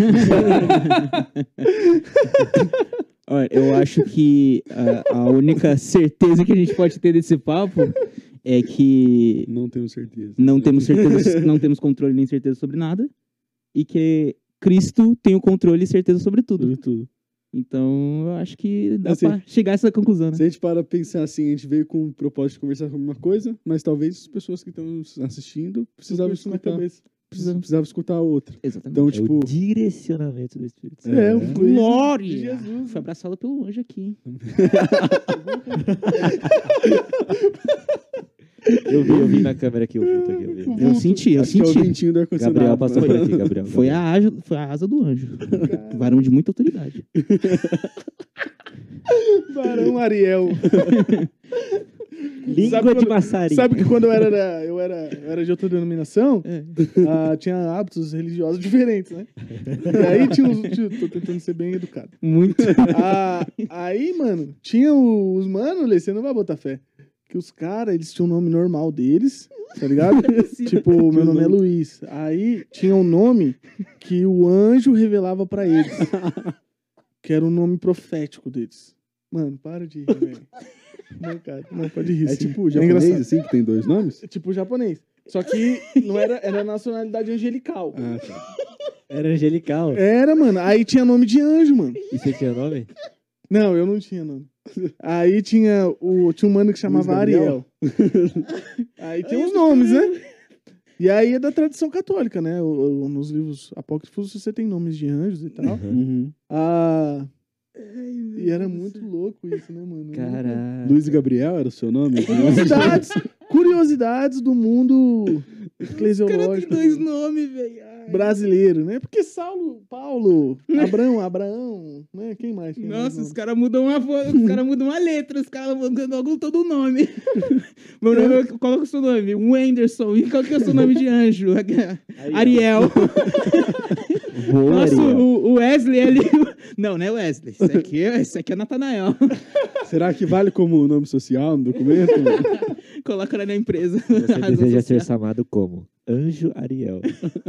Olha, eu acho que a, a única certeza que a gente pode ter desse papo é que Não tenho certeza. não temos certeza, não temos controle nem certeza sobre nada e que Cristo tem o controle e certeza sobre tudo. Tudo, tudo. Então, eu acho que dá Assim, pra chegar a essa conclusão, né? Se a gente para pensar assim, a gente veio com o propósito de conversar sobre uma coisa, mas talvez as pessoas que estão assistindo precisavam Isso na escutar, cabeça. precisava, precisava escutar a outra. Exatamente. Então, É tipo, o direcionamento do Espírito Santo. É, É. o fluido Glória! de Jesus. Foi abraçado pelo anjo aqui, hein? Eu vi, eu vi na câmera aqui o vulto aqui. Eu vi. Eu senti, eu acho que é o senti. ventinho do ar-condicionado. Gabriel passou por aqui, Gabriel. Foi a, asa, foi a asa do anjo. Varão de muita autoridade. Barão Ariel. Língua Sabe de quando- maçarico. Sabe que quando eu era, da- eu era, eu era de outra denominação, É. ah, tinha hábitos religiosos diferentes, né? E aí tinha os... Tinha, tô tentando ser bem educado. Muito. Ah, aí, mano, tinha os manos, Lê, você não vai botar fé. Que os caras, eles tinham um nome normal deles, tá ligado? Tipo, meu nome é Luiz. Aí tinha um nome que o anjo revelava pra eles. Que era o nome profético deles. Mano, para de rir, velho. Não, cara, não, pode rir. É sim. tipo o É japonês, engraçado. assim, que tem dois nomes? É tipo japonês. Só que não era, era nacionalidade angelical. Ah, tá. Era angelical. Era, mano. Aí tinha nome de anjo, mano. E você tinha nome? Não, eu não tinha nome. Aí tinha o tinha um mano que chamava Luiz Gabriel? Ariel. Aí tem os nomes, né? E aí é da tradição católica, né? O- o- nos livros apócrifos você tem nomes de anjos e tal. Uhum. Ah, e era muito louco isso, né, mano? Caralho. Luiz Gabriel era o seu nome? Curiosidades, curiosidades do mundo eclesiológico nomes, velho. brasileiro, né? Porque Saulo, Paulo, Abraão, Abraão, né? Quem mais? Quem mais Nossa, os nome? caras mudam uma voz, os caras mudam uma letra, os caras mudam logo todo o nome. Meu nome, qual é o seu nome? Wenderson. E qual que é o seu nome de anjo? Ariel. Boa, Nossa, Ariel. o o Wesley ali. Não, não é Wesley. Esse aqui é, esse aqui é Natanael. Será que vale como nome social no documento? Coloca lá na empresa. Você Razão deseja ser social. chamado como? Anjo Ariel.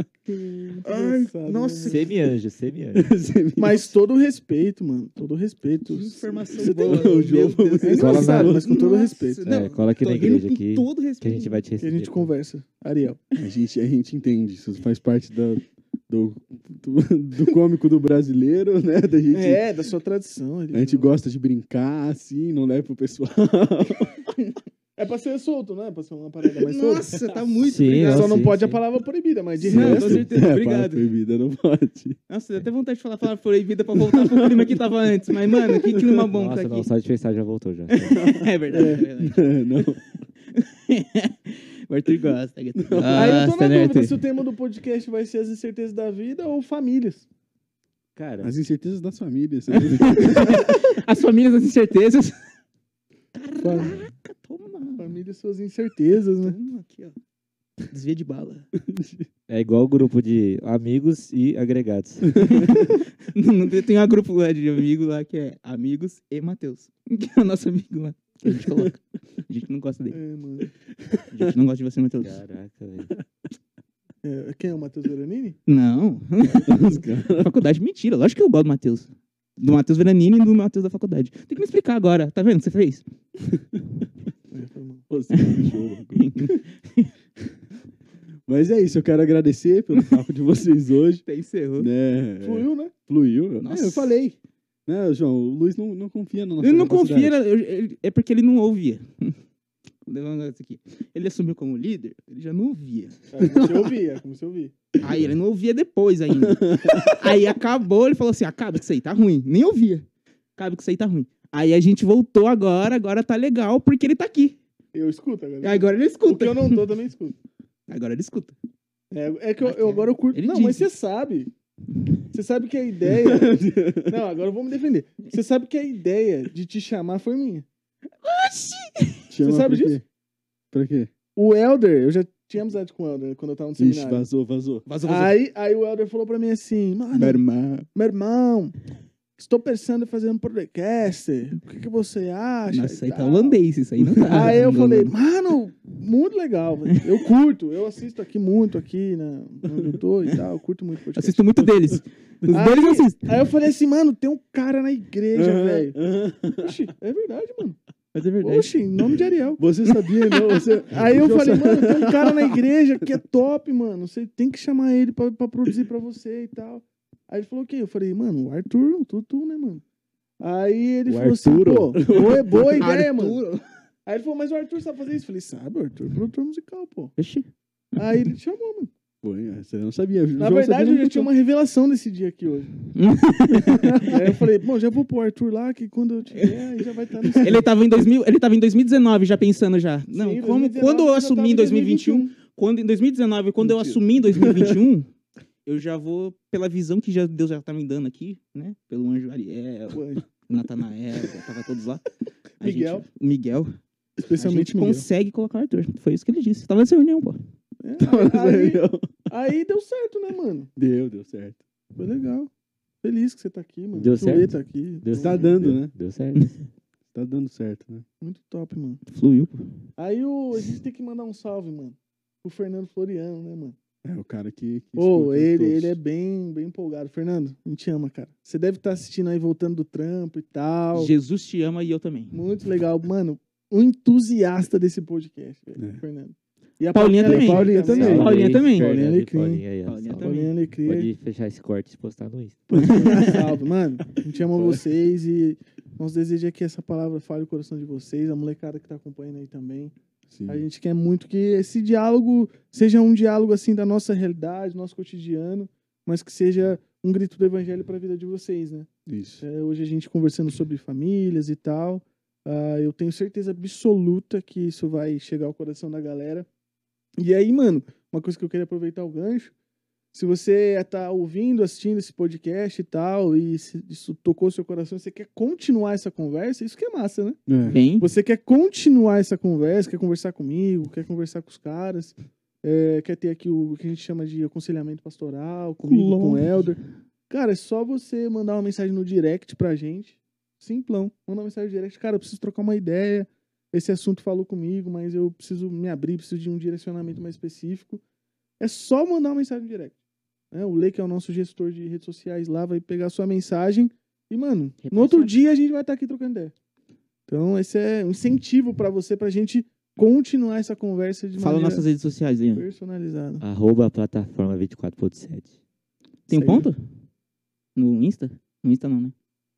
Ai, nossa. nossa. Semi-anjo, semi-anjo. Mas todo o respeito, mano. Todo o respeito. Que informação Você tem- boa. o João- meu Deus. É Cola engraçado, na- mas com todo o Nossa, respeito. não, É, cola aqui tô na rindo igreja com aqui, todo Que respeito. a gente vai te Que a receber. gente conversa. Ariel. A gente, a gente entende, isso faz parte da, do, do, do cômico do brasileiro, né? Da gente, É, da sua tradição. a gente gosta de brincar, assim, não leva pro pessoal. É pra ser solto, né? Pra ser uma parada mais solta. Nossa, tá muito Sim, obrigado. Só não, não sim, pode a sim. palavra proibida, mas de Sim, resto... com certeza. É, para Obrigado. proibida, não pode. Nossa, deu até vontade de falar a palavra proibida pra voltar pro clima que tava antes. Mas, mano, que clima bom Nossa, tá não, aqui. só de pensar já voltou já. É verdade, é verdade. não. O Arthur gosta. Arthur gosta, Aí eu tô na né, dúvida Arthur? se o tema do podcast vai ser as incertezas da vida ou famílias. Cara, As incertezas das famílias. As famílias, as incertezas. Fam- Toma. Famílias, suas incertezas, né? Toma aqui, ó. Desvia de bala. é igual o grupo de amigos e agregados. Não, não tem, tem um grupo lá de amigos lá que é Amigos e Matheus. Que é o nosso amigo lá. Que a gente coloca. A gente não gosta dele. É, mano. A gente não gosta de você, Matheus. Caraca, velho. É, quem é o Matheus Veranini? Não. Faculdade, mentira. Lógico que eu gosto do Matheus. Do Matheus Veranini e do Matheus da faculdade. Tem que me explicar agora. Tá vendo o que você fez? É, foi mal. Você show. Mas é isso, eu quero agradecer pelo papo de vocês hoje. Até encerrou. Né? Fluiu, né? Fluiu. Nossa. É, eu falei. Né, João, o Luiz não, não confia na nossa Ele não capacidade. confia, na- eu- ele- é porque ele não ouvia. Vou levar um negócio aqui. Ele assumiu como líder, ele já não ouvia. É como você ouvir, é como você ouvir. Aí ele não ouvia depois ainda. Aí acabou, ele falou assim: acaba que isso aí tá ruim. Nem ouvia. Acaba que isso aí tá ruim. Aí a gente voltou agora, agora tá legal, porque ele tá aqui. Eu escuto agora. Aí agora ele O que escuta. eu não tô, também escuto. Agora ele escuta. É, é que eu, eu agora eu curto. Ele Não, mas disse. você sabe. Você sabe que a ideia. Não, agora eu vou me defender. Você sabe que a ideia de te chamar foi minha. Chama Você sabe pra disso? quê? Pra quê? O Elder, eu já tinha amizade com o Helder quando eu tava no Ixi, seminário. vazou, vazou. Vazou, vazou. Aí, aí o Helder falou pra mim assim, mano, Meu irmão. meu irmão, estou pensando em fazer um podcast. O que, que você acha? Nossa, E aí tá tal. holandês, isso aí não tá. Aí eu Não- falei, mano, muito legal, velho. Eu curto, eu assisto aqui muito aqui, né, onde eu tô e tal, eu curto muito podcast. Assisto muito deles. Os Aí- deles eu assisto. Aí eu falei assim, mano, tem um cara na igreja, Aham, velho. aham. Oxi, é verdade, mano. Mas é verdade. Oxi, em nome de Ariel. Você sabia, não? Você... Aí eu Já falei, sa- mano, tem um cara na igreja que é top, mano. Você tem que chamar ele pra, pra produzir pra você e tal. Aí ele falou o quê? Eu falei, mano, o Arthur, o Tutu, né, mano? Aí ele O falou Arturo. assim, pô, boa, boa ideia, Arthur. mano. Aí ele falou, mas o Arthur sabe fazer isso? Eu falei, sabe, o Arthur é produtor musical, pô. Oxi. Aí ele te chamou, mano. Foi, você não sabia. Na verdade, eu já tinha uma revelação desse dia aqui hoje. Aí eu falei, bom, já vou pro Arthur lá, que quando eu tiver, aí já vai estar no... Ele tava em dois mil, ele tava em dois mil e dezenove já pensando já. Não, Sim, como, dois mil e dezenove, quando eu já assumi tava em dois mil e vinte e um, quando em dois mil e dezenove, quando eu Mentira. assumi em dois mil e vinte e um, eu já vou pela visão que já, Deus já tá me dando aqui, né? Pelo anjo Ariel, Natanael, já tava todos lá. A Miguel. gente- o Miguel. Especialmente a gente Miguel. consegue colocar o Arthur. Foi isso que ele disse. Tava nessa reunião, pô. É, aí, aí deu certo, né, mano? Deu, deu certo. Foi legal. Feliz que você tá aqui, mano. Deu Chulê certo? tá aqui. Deu Tá certo. dando, né? Deu certo. Tá dando certo, né? Muito top, mano. Fluiu, pô. Aí o, a gente tem que mandar um salve, mano. Pro Fernando Floriano, né, mano? É o cara que. que Pô, escuta ele, todos. ele é bem, bem empolgado. Fernando, a gente ama, cara. Você deve estar assistindo aí, voltando do trampo e tal. Jesus te ama e eu também. Muito legal. Mano, um entusiasta desse podcast, velho. É. Fernando. E a Paulinha também. Paulinha Salve também. aí, Paulinha também. Paulinha Fernando e Alecrim. Paulinha aí, ó. Paulinha Salve. também. Paulinha Alecrim. Pode fechar esse corte e postar no Insta. Salve, mano. A gente ama vocês e nosso desejo é que essa palavra fale o coração de vocês, a molecada que tá acompanhando aí também. Sim. A gente quer muito que esse diálogo seja um diálogo assim da nossa realidade, nosso cotidiano, mas que seja um grito do evangelho para a vida de vocês, né? Isso. É, hoje a gente conversando sobre famílias e tal, ah, eu tenho certeza absoluta que isso vai chegar ao coração da galera. E aí, mano, uma coisa que eu queria aproveitar o gancho, se você tá ouvindo, assistindo esse podcast e tal, e se isso tocou seu coração, você quer continuar essa conversa, isso que é massa, né? É. Vem. Você quer continuar essa conversa, quer conversar comigo, quer conversar com os caras, é, quer ter aqui o que a gente chama de aconselhamento pastoral, comigo, com o Helder. Cara, é só você mandar uma mensagem no direct pra gente. Simplão. Manda uma mensagem no direct. Cara, eu preciso trocar uma ideia. Esse assunto falou comigo, mas eu preciso me abrir, preciso de um direcionamento mais específico. É só mandar uma mensagem no direct. É, o Lei, que é o nosso gestor de redes sociais lá, vai pegar a sua mensagem e, mano, no Repassar. outro dia a gente vai estar aqui trocando ideia. Então, esse é um incentivo pra você, pra gente continuar essa conversa de Fala maneira nossas redes sociais aí. ó. personalizada. Arroba plataforma vinte e quatro ponto sete. Tem um Segue. ponto? No Insta? No Insta não, né?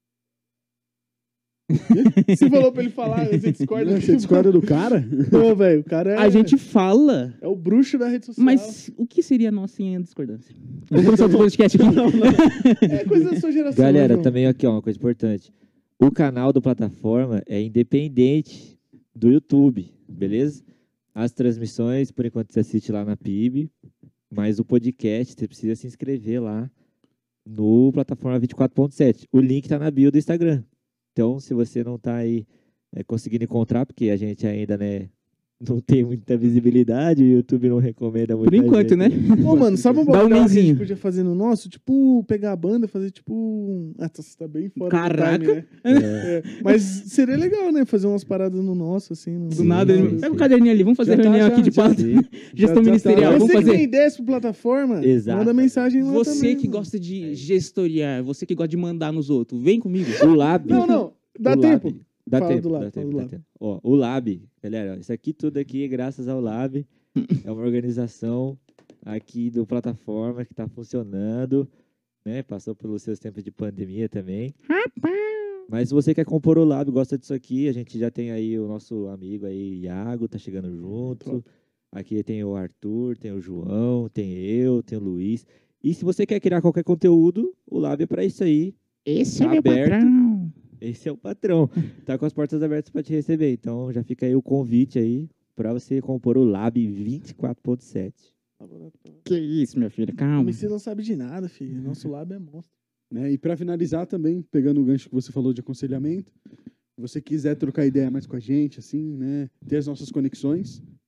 Você falou pra ele falar, você discorda. Você discorda do cara? Pô, velho, o cara é, A gente fala, é o bruxo da rede social. mas o que seria a nossa discordância? Vamos começar o podcast aqui. É coisa da sua geração. Galera, né, João? também aqui, ó, uma coisa importante. O canal do Plataforma é independente do YouTube, beleza? As transmissões, por enquanto, você assiste lá na P I B, mas o podcast, você precisa se inscrever lá no Plataforma vinte e quatro ponto sete. O link tá na bio do Instagram. Então, se você não tá aí é, conseguindo encontrar, porque a gente ainda, né, não tem muita visibilidade, o YouTube não recomenda muito. Por enquanto, né? Ô, mano, sabe um Dá um bagulho que a linzinho. gente podia fazer no nosso? Tipo, pegar a banda, fazer tipo... um- Ah, você tá bem fora Caraca. do time, né? É, mas seria legal, né? Fazer umas paradas no nosso, assim. No... Do Sim, nada, sim, ele... sim. pega o caderninho ali, vamos fazer Já tá, reunião já, aqui de já. pauta. Sim. Gestão Já- já ministerial, tá. vamos Você que tem fazer. ideias pro plataforma, Exato. manda mensagem lá Você também. que mano. gosta de gestoriar, você que gosta de mandar nos outros, vem comigo. O Lab. Não, não. Dá o tempo. Lab, dá Fala tempo, do Lab, dá fala tempo, do dá Lab. tempo. Ó, o Lab, galera, ó, isso aqui tudo aqui é graças ao Lab. É uma organização aqui do Plataforma que está funcionando, né? Passou pelos seus tempos de pandemia também. Mas se você quer compor o Lab, gosta disso aqui, a gente já tem aí o nosso amigo aí, Iago, tá chegando junto. Top. Aqui tem o Arthur, tem o João, tem eu, tem o Luiz. E se você quer criar qualquer conteúdo, o Lab é para isso aí. Esse Tá é meu aberto. patrão. Esse é o patrão. Tá com as portas abertas para te receber. Então já fica aí o convite aí para você compor o Lab vinte e quatro ponto sete. Que isso, meu filho, O calma. Messias não sabe de nada, filho. Nosso lab é monstro. Né? E para finalizar também, pegando o gancho que você falou de aconselhamento, se você quiser trocar ideia mais com a gente, assim, né? Ter as nossas conexões,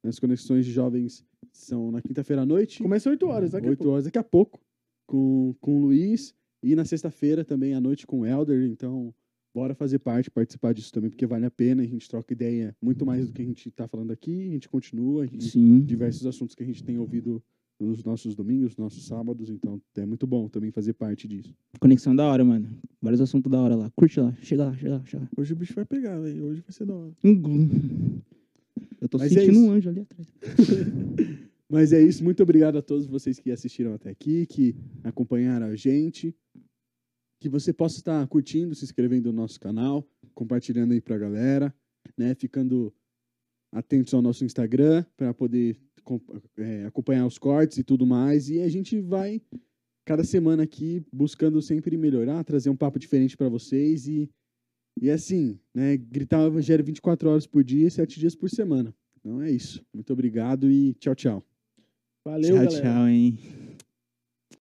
As conexões de jovens são na quinta-feira à noite. Começa oito horas, daqui a oito pouco. horas daqui a pouco, com, com o Luiz. E na sexta-feira também à noite com o Elder. Então, bora fazer parte, participar disso também, porque vale a pena. A gente troca ideia muito mais do que a gente está falando aqui. A gente continua. E Sim. diversos assuntos que a gente tem ouvido nos nossos domingos, nos nossos sábados. Então, é muito bom também fazer parte disso. Conexão da hora, mano. Vários assuntos da hora lá. Curte lá. Chega lá, chega lá, chega lá. Hoje o bicho vai pegar, velho. Hoje vai ser da hora. Eu tô Mas é sentindo isso. um anjo ali atrás. Mas é isso. Muito obrigado a todos vocês que assistiram até aqui, que acompanharam a gente. Que você possa estar curtindo, se inscrevendo no nosso canal, compartilhando aí pra galera, né? Ficando atentos ao nosso Instagram para poder é, acompanhar os cortes e tudo mais. E a gente vai, cada semana aqui, buscando sempre melhorar, trazer um papo diferente para vocês. E, e assim, né? Gritar o Evangelho vinte e quatro horas por dia, sete dias por semana. Então é isso. Muito obrigado e tchau, tchau. Valeu, Tchau, galera. tchau, hein.